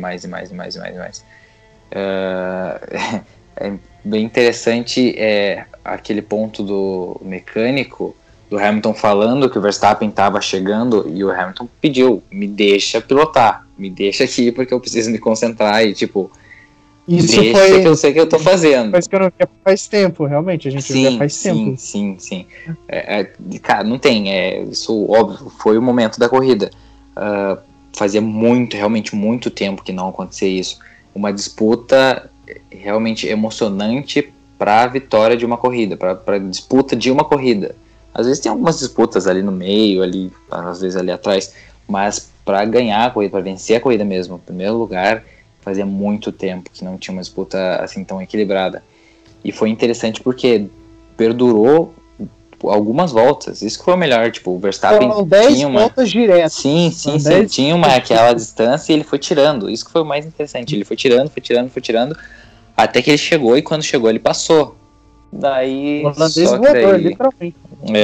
É bem interessante aquele ponto do mecânico, do Hamilton falando que o Verstappen estava chegando e o Hamilton pediu, me deixa pilotar, me deixa aqui porque eu preciso me concentrar e tipo, isso deixa foi, que eu sei que eu tô fazendo. Mas que eu não via faz tempo, realmente, a gente via faz tempo. Sim. Cara, não tem, isso óbvio, foi o momento da corrida. Fazia realmente muito tempo que não acontecia isso. Uma disputa realmente emocionante para a vitória de uma corrida, para a disputa de uma corrida. Às vezes tem algumas disputas ali no meio, ali, às vezes ali atrás, mas para ganhar a corrida, para vencer a corrida mesmo, em primeiro lugar, fazia muito tempo que não tinha uma disputa assim tão equilibrada. E foi interessante porque perdurou algumas voltas, isso que foi o melhor, tipo, o Verstappen tinha uma... voltas diretas. Sim, tinha aquela distância e ele foi tirando, isso que foi o mais interessante, ele foi tirando, até que ele chegou, e quando chegou ele passou. Daí o holandês voador, literalmente.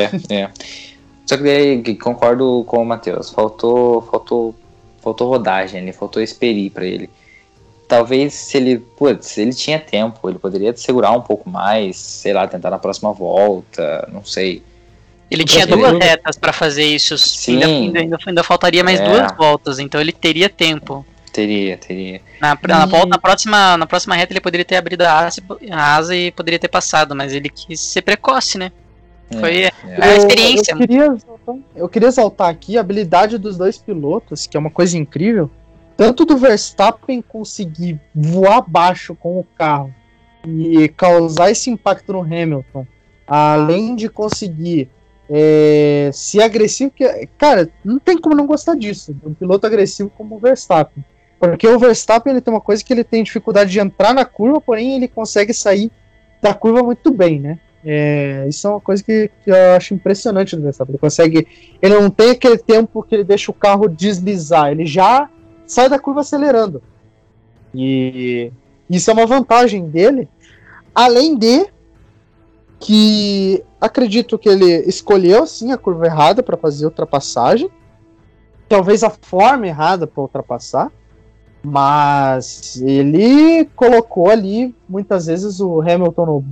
Só que daí concordo com o Matheus, faltou rodagem ali, faltou experi pra ele. Talvez se ele tinha tempo, ele poderia segurar um pouco mais, sei lá, tentar na próxima volta, não sei. Ele tinha duas retas pra fazer isso, sim. Ainda faltaria mais 2 voltas, então ele teria tempo. Teria. Na próxima reta ele poderia ter abrido a asa e poderia ter passado, mas ele quis ser precoce, né? Foi a experiência. Eu queria exaltar aqui a habilidade dos dois pilotos, que é uma coisa incrível. Tanto do Verstappen conseguir voar baixo com o carro e causar esse impacto no Hamilton, além de conseguir ser agressivo, que, cara, não tem como não gostar disso, um piloto agressivo como o Verstappen. Porque o Verstappen ele tem uma coisa que ele tem dificuldade de entrar na curva, porém ele consegue sair da curva muito bem, né? Isso é uma coisa que eu acho impressionante do Verstappen. Ele não tem aquele tempo que ele deixa o carro deslizar, ele já sai da curva acelerando. E isso é uma vantagem dele. Além de que acredito que ele escolheu sim a curva errada para fazer a ultrapassagem. Talvez a forma errada para ultrapassar. Mas ele colocou ali muitas vezes o Hamilton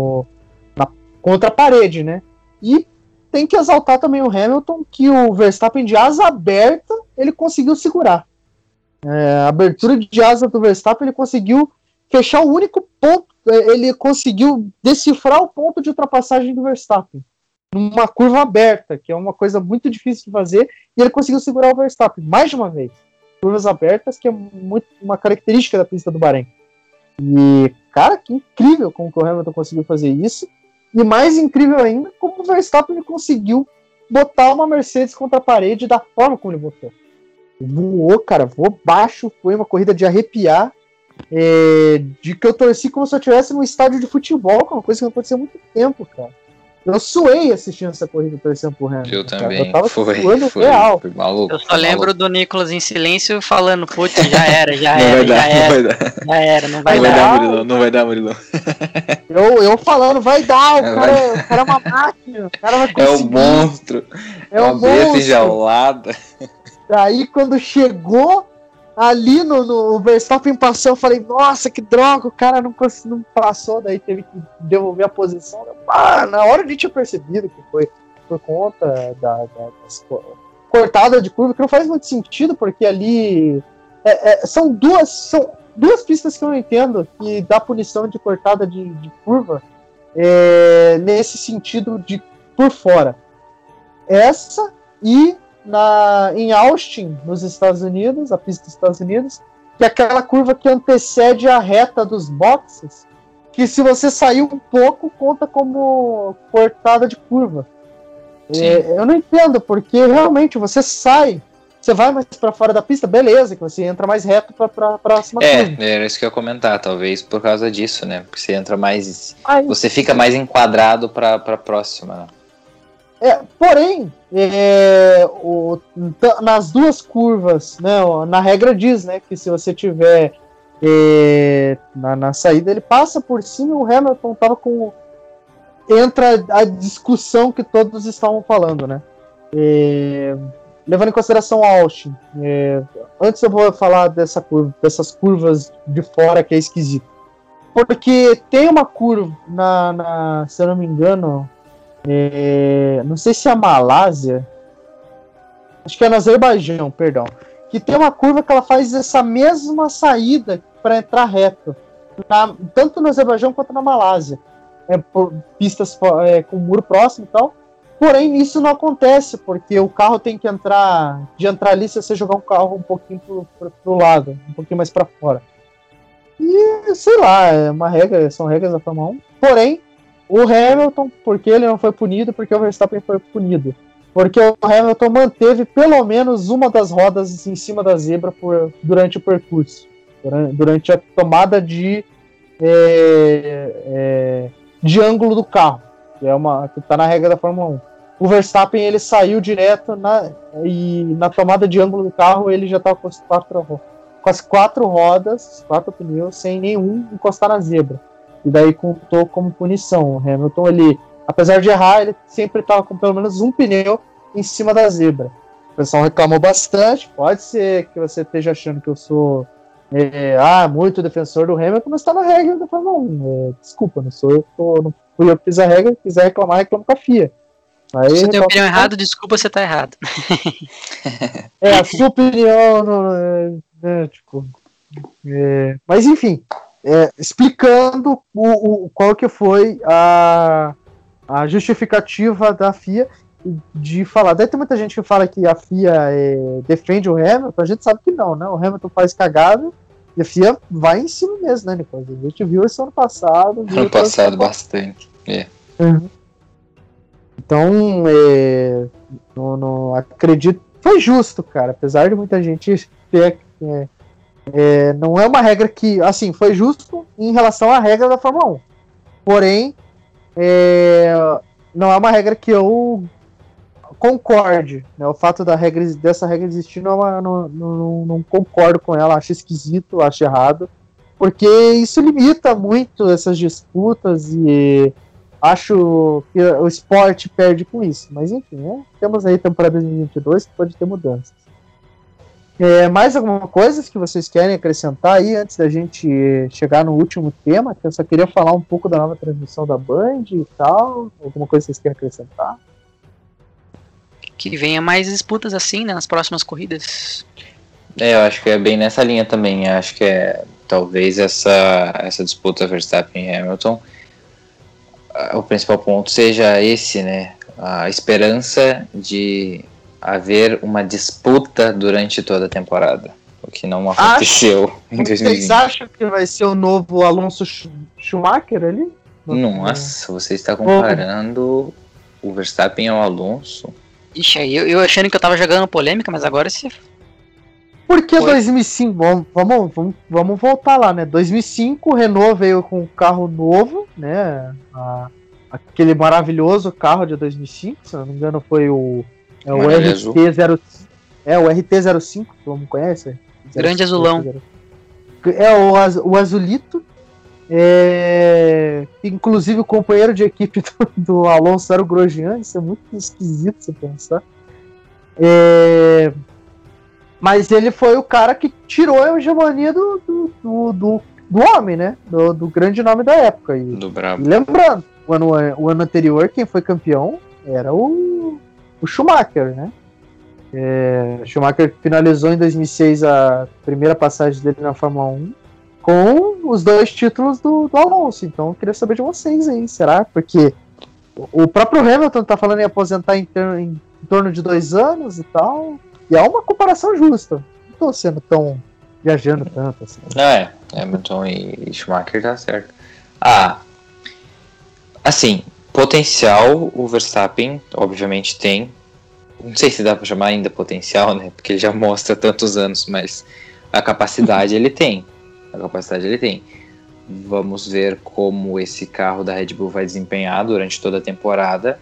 contra a parede, né? E tem que exaltar também o Hamilton, que o Verstappen de asa aberta ele conseguiu segurar. A abertura de asa do Verstappen, ele conseguiu fechar o único ponto, ele conseguiu decifrar o ponto de ultrapassagem do Verstappen numa curva aberta, que é uma coisa muito difícil de fazer, e ele conseguiu segurar o Verstappen mais de uma vez. Curvas abertas, que é muito uma característica da pista do Bahrein. E, cara, que incrível como que o Hamilton conseguiu fazer isso, e mais incrível ainda, como o Verstappen conseguiu botar uma Mercedes contra a parede da forma como ele botou. Voou, cara, voou baixo, foi uma corrida de arrepiar, de que eu torci como se eu estivesse num estádio de futebol, que é uma coisa que não aconteceu há muito tempo, cara. Eu suei assistindo essa corrida torcendo pro Hamilton. Eu também. Eu tava foi real. Foi maluco. Eu só lembro do Nicolas em silêncio falando, putz, já Não vai dar. não vai dar. Não vai dar, Murilo. Eu falando, vai dar, o cara é uma máquina, o cara vai conseguir. É um monstro. É uma um besta monstro. enjaulada. Aí quando chegou ali no Verstappen passou, eu falei, nossa, que droga, o cara não passou, daí teve que devolver a posição. Na hora a gente tinha percebido que foi por conta das cortada de curva, que não faz muito sentido, porque ali são duas pistas que eu não entendo que dá punição de cortada de curva nesse sentido de por fora. Essa e em Austin, nos Estados Unidos, a pista dos Estados Unidos, que é aquela curva que antecede a reta dos boxes, que se você sair um pouco, conta como cortada de curva. Eu não entendo, porque realmente você vai mais para fora da pista, beleza, que você entra mais reto para a próxima curva. Era isso que eu ia comentar, talvez por causa disso, né? Porque você entra mais. Você fica mais enquadrado para a próxima. Porém, nas duas curvas, né, na regra diz, né, que se você tiver na saída, ele passa por cima. O Hamilton tava entra a discussão que todos estavam falando, né? Levando em consideração a Austin, antes eu vou falar dessas curvas de fora que é esquisito, porque tem uma curva se eu não me engano, não sei se é a Malásia, acho que é no Azerbaijão, perdão, que tem uma curva que ela faz essa mesma saída para entrar reto, tanto no Azerbaijão quanto na Malásia, por pistas com muro próximo e tal. Porém, isso não acontece, porque o carro tem que entrar ali se você jogar um carro um pouquinho pro lado, um pouquinho mais para fora. E, sei lá, são regras da Fórmula 1. Porém, o Hamilton, porque ele não foi punido, porque o Verstappen foi punido. Porque o Hamilton manteve pelo menos uma das rodas em cima da zebra durante o percurso. Durante a tomada de ângulo do carro, que está na regra da Fórmula 1. O Verstappen, ele saiu direto e na tomada de ângulo do carro ele já estava com as quatro rodas, 4 pneus, sem nenhum encostar na zebra. E daí contou como punição. O Hamilton, ele, apesar de errar, ele sempre estava com pelo menos um pneu em cima da zebra. O pessoal reclamou bastante. Pode ser que você esteja achando que eu sou muito defensor do Hamilton, mas está na regra da Fórmula 1. Desculpa, não fui eu que fiz a regra. Se quiser reclamar, reclama com a FIA. Aí, se você tem opinião errada, desculpa, você tá errado. A sua opinião mas enfim, explicando qual que foi a justificativa da FIA de falar. Daí tem muita gente que fala que a FIA defende o Hamilton. A gente sabe que não, né? O Hamilton faz cagada e a FIA vai em cima mesmo, né, Nicolas? A gente viu isso ano passado. Ano passado bastante. Uhum. Então, não acredito. Foi justo, cara. Apesar de muita gente ter. Não é uma regra que. Assim, foi justo em relação à regra da Fórmula 1. Porém, não é uma regra que eu concorde. Né? O fato dessa regra existir, não concordo com ela. Acho esquisito, acho errado. Porque isso limita muito essas disputas e. Acho que o esporte perde com isso. Mas enfim, temos aí temporada 2022 que pode ter mudanças. Mais alguma coisa que vocês querem acrescentar aí antes da gente chegar no último tema? Que eu só queria falar um pouco da nova transmissão da Band e tal. Alguma coisa que vocês querem acrescentar? Que venha mais disputas assim, né, nas próximas corridas. Eu acho que é bem nessa linha também. Eu acho que talvez essa disputa Verstappen e Hamilton, o principal ponto seja esse, né? A esperança de haver uma disputa durante toda a temporada, o que não aconteceu em 2020. Vocês acham que vai ser o novo Alonso Schumacher ali? Nossa, você está comparando o Verstappen ao Alonso? Ixi, aí eu achando que eu tava jogando polêmica, mas agora você... Porque 2005, vamos voltar lá, né? 2005, o Renault veio com um carro novo, né? Aquele maravilhoso carro de 2005, se não me engano, foi o RT05. O RT05, todo mundo conhece? Grande azulão. O azulito. Inclusive o companheiro de equipe do Alonso era o Grosjean, isso é muito esquisito você pensar. Mas ele foi o cara que tirou a hegemonia do homem, né? Do grande nome da época. Do brabo. E lembrando, o ano anterior, quem foi campeão era o Schumacher, né? Schumacher finalizou em 2006 a primeira passagem dele na Fórmula 1 com os 2 títulos do Alonso. Então eu queria saber de vocês aí, será? Porque o próprio Hamilton tá falando em aposentar em torno de 2 anos e tal. E é uma comparação justa. Não tô sendo tão viajando tanto assim. Hamilton e Schumacher tá certo. Assim, potencial o Verstappen obviamente tem. Não sei se dá pra chamar ainda potencial, né? Porque ele já mostra tantos anos, mas a capacidade ele tem. Vamos ver como esse carro da Red Bull vai desempenhar durante toda a temporada.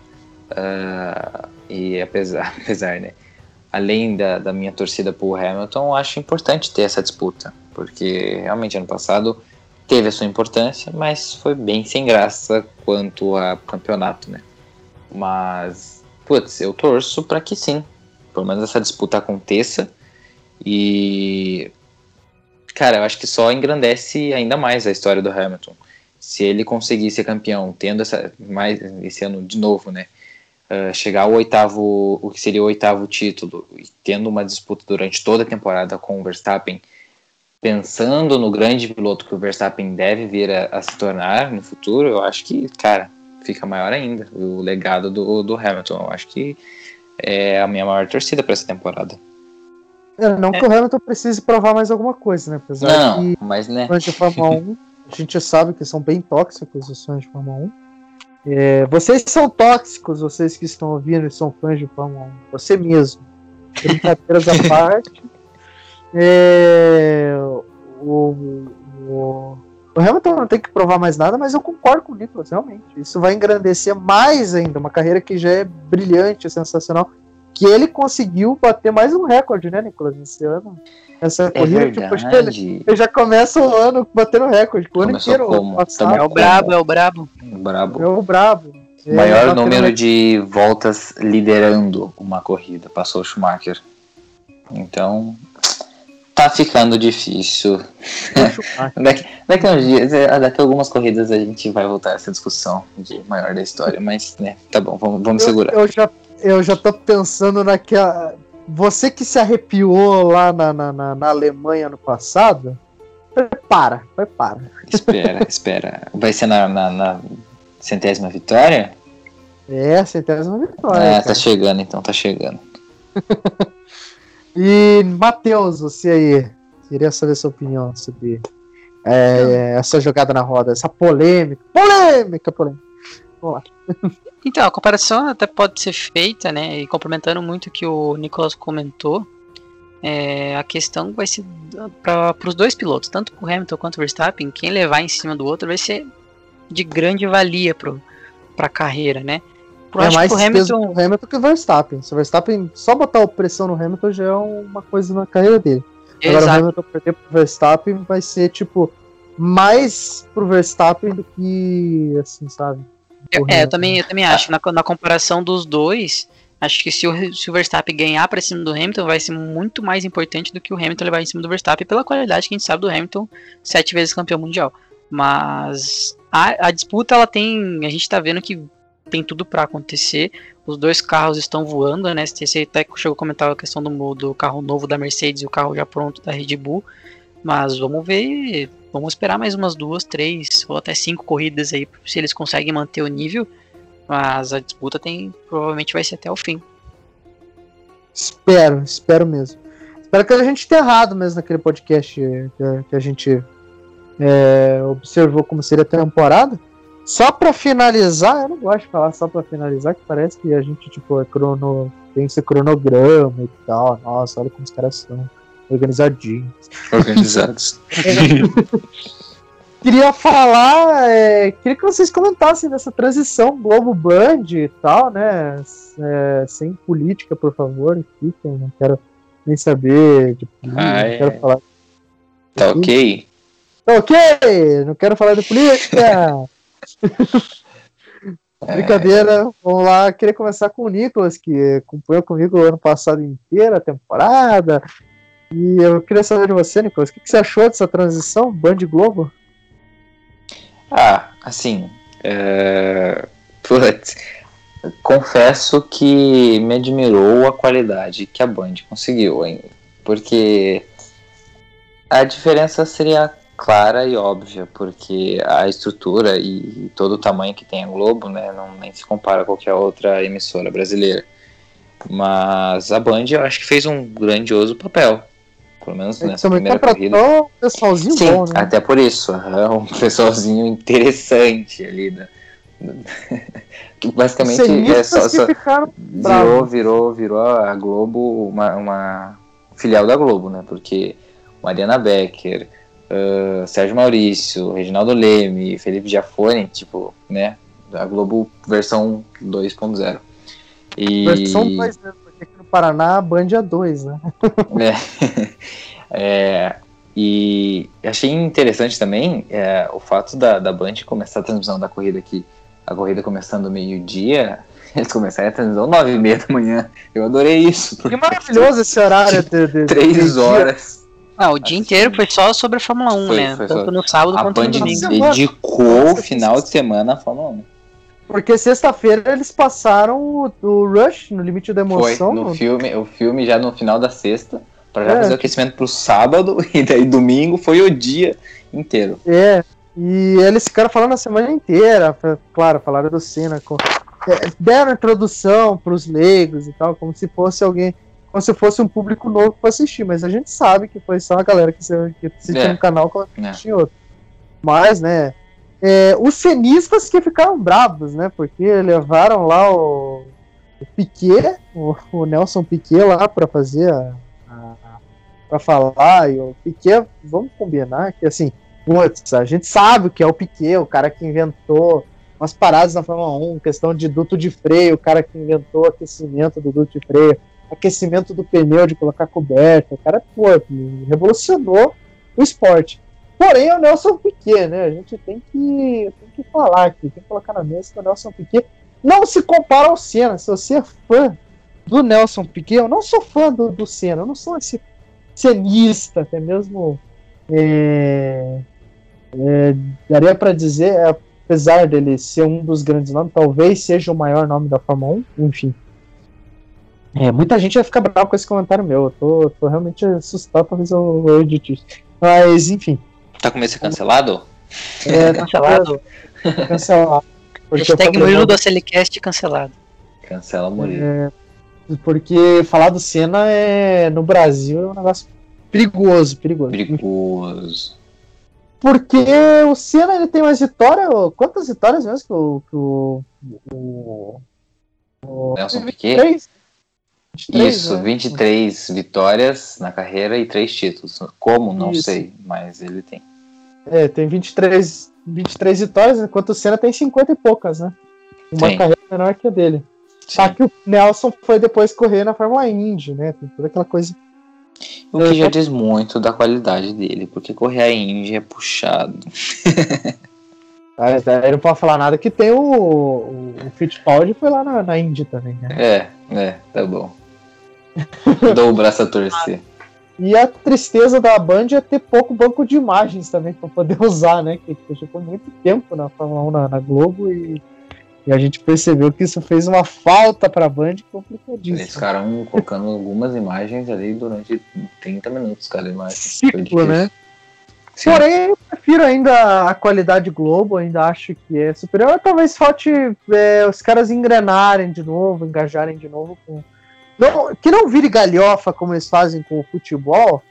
E apesar, né? Além da minha torcida pro Hamilton, acho importante ter essa disputa, porque realmente ano passado teve a sua importância, mas foi bem sem graça quanto a campeonato, né? Mas, eu torço para que sim, pelo menos essa disputa aconteça e, cara, eu acho que só engrandece ainda mais a história do Hamilton. Se ele conseguir ser campeão, tendo esse ano de novo, né? Chegar ao o que seria o 8º título e tendo uma disputa durante toda a temporada com o Verstappen, pensando no grande piloto que o Verstappen deve vir a se tornar no futuro, eu acho que, cara, fica maior ainda o legado do Hamilton. Eu acho que é a minha maior torcida para essa temporada. Não que o Hamilton precise provar mais alguma coisa, né? Apesar que mas, né? os fãs de Fórmula 1, a gente sabe que são bem tóxicos os fãs de Fórmula 1. Vocês são tóxicos, vocês que estão ouvindo e são fãs de Fórmula 1. Você mesmo. Brincadeiras à parte. O Hamilton não tem que provar mais nada, mas eu concordo com o Nicolas, realmente. Isso vai engrandecer mais ainda uma carreira que já é brilhante, sensacional. Que ele conseguiu bater mais um recorde, né, Nicolas, esse ano. Essa corrida, verdade. Ele já começa o ano batendo recorde. O ano inteiro. É o brabo. É o brabo. O maior número de voltas liderando uma corrida. Passou o Schumacher. Então, tá ficando difícil. Daqui a uns dias, daqui a algumas corridas a gente vai voltar a essa discussão de maior da história. Mas, né, tá bom, vamos segurar. Eu já tô pensando naquela... Você que se arrepiou lá na Alemanha ano passado, prepara. Espera. Vai ser na 100ª vitória? A 100ª vitória. Tá chegando então, tá chegando. E, Matheus, você aí, queria saber sua opinião sobre essa jogada na roda, essa polêmica. Vamos lá. Então, a comparação até pode ser feita, né? E complementando muito o que o Nicolas comentou, a questão vai ser para os 2 pilotos, tanto para o Hamilton quanto o Verstappen, quem levar em cima do outro vai ser de grande valia para a carreira, né? Mais Hamilton que o Verstappen. Se o Verstappen só botar a pressão no Hamilton já é uma coisa na carreira dele. Agora o Hamilton perder pro Verstappen vai ser tipo mais pro Verstappen do que assim, sabe? Eu também acho. Na comparação dos dois, acho que se o Verstappen ganhar pra cima do Hamilton, vai ser muito mais importante do que o Hamilton levar em cima do Verstappen, pela qualidade que a gente sabe do Hamilton, 7 vezes campeão mundial. Mas a disputa, ela tem... A gente tá vendo que tem tudo pra acontecer. os dois carros estão voando, né? Você até chegou a comentar a questão do carro novo da Mercedes e o carro já pronto da Red Bull. Mas vamos ver, vamos esperar mais umas 2, 3 ou até 5 corridas aí, se eles conseguem manter o nível. Mas a disputa provavelmente vai ser até o fim. Espero mesmo. Espero que a gente tenha errado mesmo naquele podcast que a gente observou como seria a temporada. Só pra finalizar, eu não gosto de falar só pra finalizar, que parece que a gente tem esse cronograma e tal. Nossa, olha como os caras são organizadinhos. Organizados. Queria falar, queria que vocês comentassem dessa transição Globo Band e tal, né? Sem política, por favor, aqui, que eu não quero nem saber de política, não quero falar. Tá ok? Tá ok, não quero falar de política. Brincadeira, vamos lá. Queria começar com o Nicolas, que acompanhou comigo o ano passado inteiro, a temporada. E eu queria saber de você, Nicolas, o que você achou dessa transição Band Globo? Assim, confesso que me admirou a qualidade que a Band conseguiu, hein? Porque a diferença seria clara e óbvia, porque a estrutura e todo o tamanho que tem a Globo, né, nem se compara a qualquer outra emissora brasileira. Mas a Band, eu acho que fez um grandioso papel, pelo menos nessa primeira corrida. Um pessoalzinho Sim, bom, né? até por isso, um pessoalzinho interessante ali, que basicamente virou a Globo uma filial da Globo, né? Porque Mariana Becker, Sérgio Maurício, Reginaldo Leme, Felipe Giafone, tipo, né? A Globo versão 2.0. Versão 2, né? Porque aqui no Paraná a Band é 2, né? E achei interessante também o fato da Band começar a transmissão da corrida aqui, a corrida começando meio-dia, eles começaram a transmissão 9h30 da manhã. Eu adorei isso. Que maravilhoso esse horário de 3 horas. O dia inteiro foi só sobre a Fórmula 1, né? Tanto no sábado quanto no domingo. A Band dedicou o final de semana à Fórmula 1. Porque sexta-feira eles passaram o Rush, no limite da emoção. Foi o filme já no final da sexta, para já fazer o aquecimento pro sábado, e daí domingo foi o dia inteiro. E eles ficaram falando a semana inteira, claro, falaram do Senna, deram introdução pros leigos e tal, como se fosse um público novo para assistir, mas a gente sabe que foi só a galera que assistiu no canal que assistiu outro. Mas, né, os cenistas que ficaram bravos, né, porque levaram lá o Piquet, o Nelson Piquet lá para fazer para falar, e o Piquet, vamos combinar que assim, a gente sabe o que é o Piquet, o cara que inventou umas paradas na Fórmula 1, questão de duto de freio, o cara que inventou aquecimento do duto de freio, aquecimento do pneu, de colocar coberta, o cara, revolucionou o esporte. Porém, é o Nelson Piquet, né, a gente tem que falar aqui, tem que colocar na mesa que o Nelson Piquet não se compara ao Senna. Se você é fã do Nelson Piquet, eu não sou fã do Senna, eu não sou esse cenista, até mesmo daria para dizer, apesar dele ser um dos grandes nomes, talvez seja o maior nome da Fórmula 1, enfim. Muita gente vai ficar bravo com esse comentário meu, eu tô realmente assustado, talvez eu edite isso. Mas, enfim. Tá com medo de ser cancelado? Cancelado. Cancelado. Hashtag Murilo do Acelicast cancelado. Cancela Murilo. Porque falar do Senna no Brasil é um negócio perigoso. Porque o Senna ele tem mais vitórias. Quantas vitórias mesmo que o Nelson Piquet? 23, isso, né? 23 vitórias na carreira e 3 títulos. Como? Não sei, mas ele tem. Tem 23 vitórias, enquanto o Senna tem 50 e poucas, né? Uma carreira menor que a dele. Só que o Nelson foi depois correr na Fórmula Indy, né? Tem toda aquela coisa. O que já diz muito da qualidade dele, porque correr a Indy é puxado. Ele não pode falar nada que tem o Fittipaldi foi lá na Indy também, né? Tá bom. Dou o braço a torcer. E a tristeza da Band é ter pouco banco de imagens também pra poder usar, né? Que ficou muito tempo na Fórmula 1 na Globo e E a gente percebeu que isso fez uma falta pra Band complicadíssima. Eles ficaram colocando algumas imagens ali durante 30 minutos cada imagem. Ciclo, né? Sim. Porém, eu prefiro ainda a qualidade Globo, ainda acho que é superior. Talvez falte os caras engrenarem de novo, engajarem de novo com... que não vire galhofa como eles fazem com o futebol,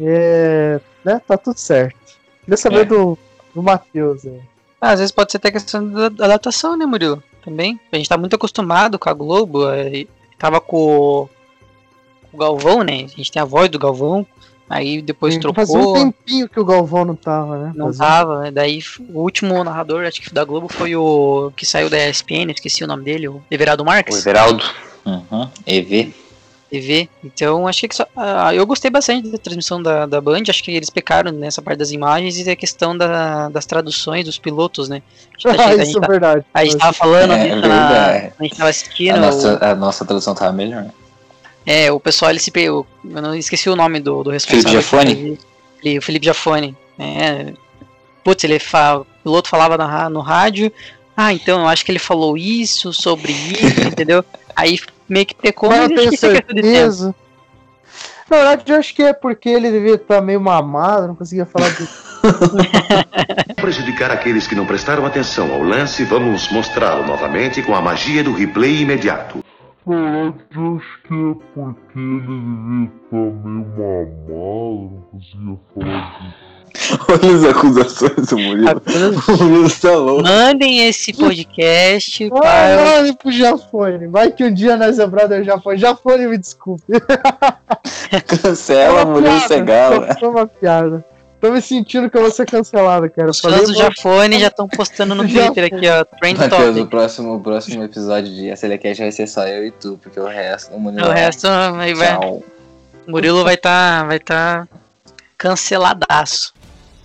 né? Tá tudo certo. Queria saber do Matheus. Às vezes pode ser até questão da adaptação, né, Murilo? Também. A gente tá muito acostumado com a Globo. Tava com o Galvão, né? A gente tem a voz do Galvão. Aí depois trocou. Fazia um tempinho que o Galvão não tava, né? Não tava, né? Daí o último narrador, acho que da Globo, foi o que saiu da ESPN, esqueci o nome dele, o Everaldo Marques. O Everaldo. Uhum. EV. Então acho que eu gostei bastante da transmissão da Band. Acho que eles pecaram nessa parte das imagens e a questão das traduções dos pilotos, né? Isso é verdade. A gente tava falando a gente tava assistindo. A nossa tradução tava melhor. O pessoal, eu não esqueci o nome do responsável. Felipe Jafone? O Felipe Jafone. Putz, o piloto falava no rádio. Então eu acho que ele falou isso, sobre isso, entendeu? Aí meio que pecou, mas eu tenho certeza. Na verdade, eu acho que é porque ele devia estar meio mamado, não conseguia falar disso. Para prejudicar aqueles que não prestaram atenção ao lance, vamos mostrá-lo novamente com a magia do replay imediato. Eu acho que é porque ele devia estar meio mamado, não conseguia falar disso. Olha as acusações do Murilo. O Murilo tá louco. Mandem esse podcast para... Olha pro Jafone. Vai que um dia nós é brother Jafone. Jafone, me desculpe. Cancela, Murilo Segal. Foi uma piada. Tô me sentindo que eu vou ser cancelado, cara. Os fãs do Jafone já estão postando no Twitter aqui, ó. Trend Matheus, o próximo episódio de SLCast vai ser só eu e tu, porque o resto... O resto aí vai... O Murilo vai tá canceladaço.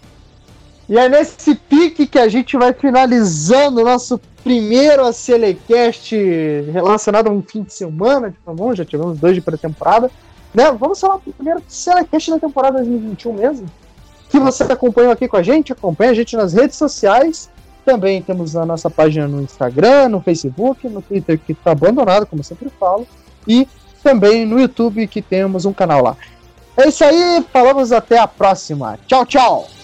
E é nesse pique que a gente vai finalizando o nosso primeiro ACLcast relacionado a um fim de semana de Fórmula 1, já tivemos 2 de pré-temporada, né? Vamos falar do primeiro ACLcast da temporada 2021 mesmo, que você acompanhou aqui com a gente, acompanha a gente nas redes sociais, também temos a nossa página no Instagram, no Facebook, no Twitter, que está abandonado, como eu sempre falo, e também no YouTube, que temos um canal lá. É isso aí, falamos até a próxima. Tchau, tchau!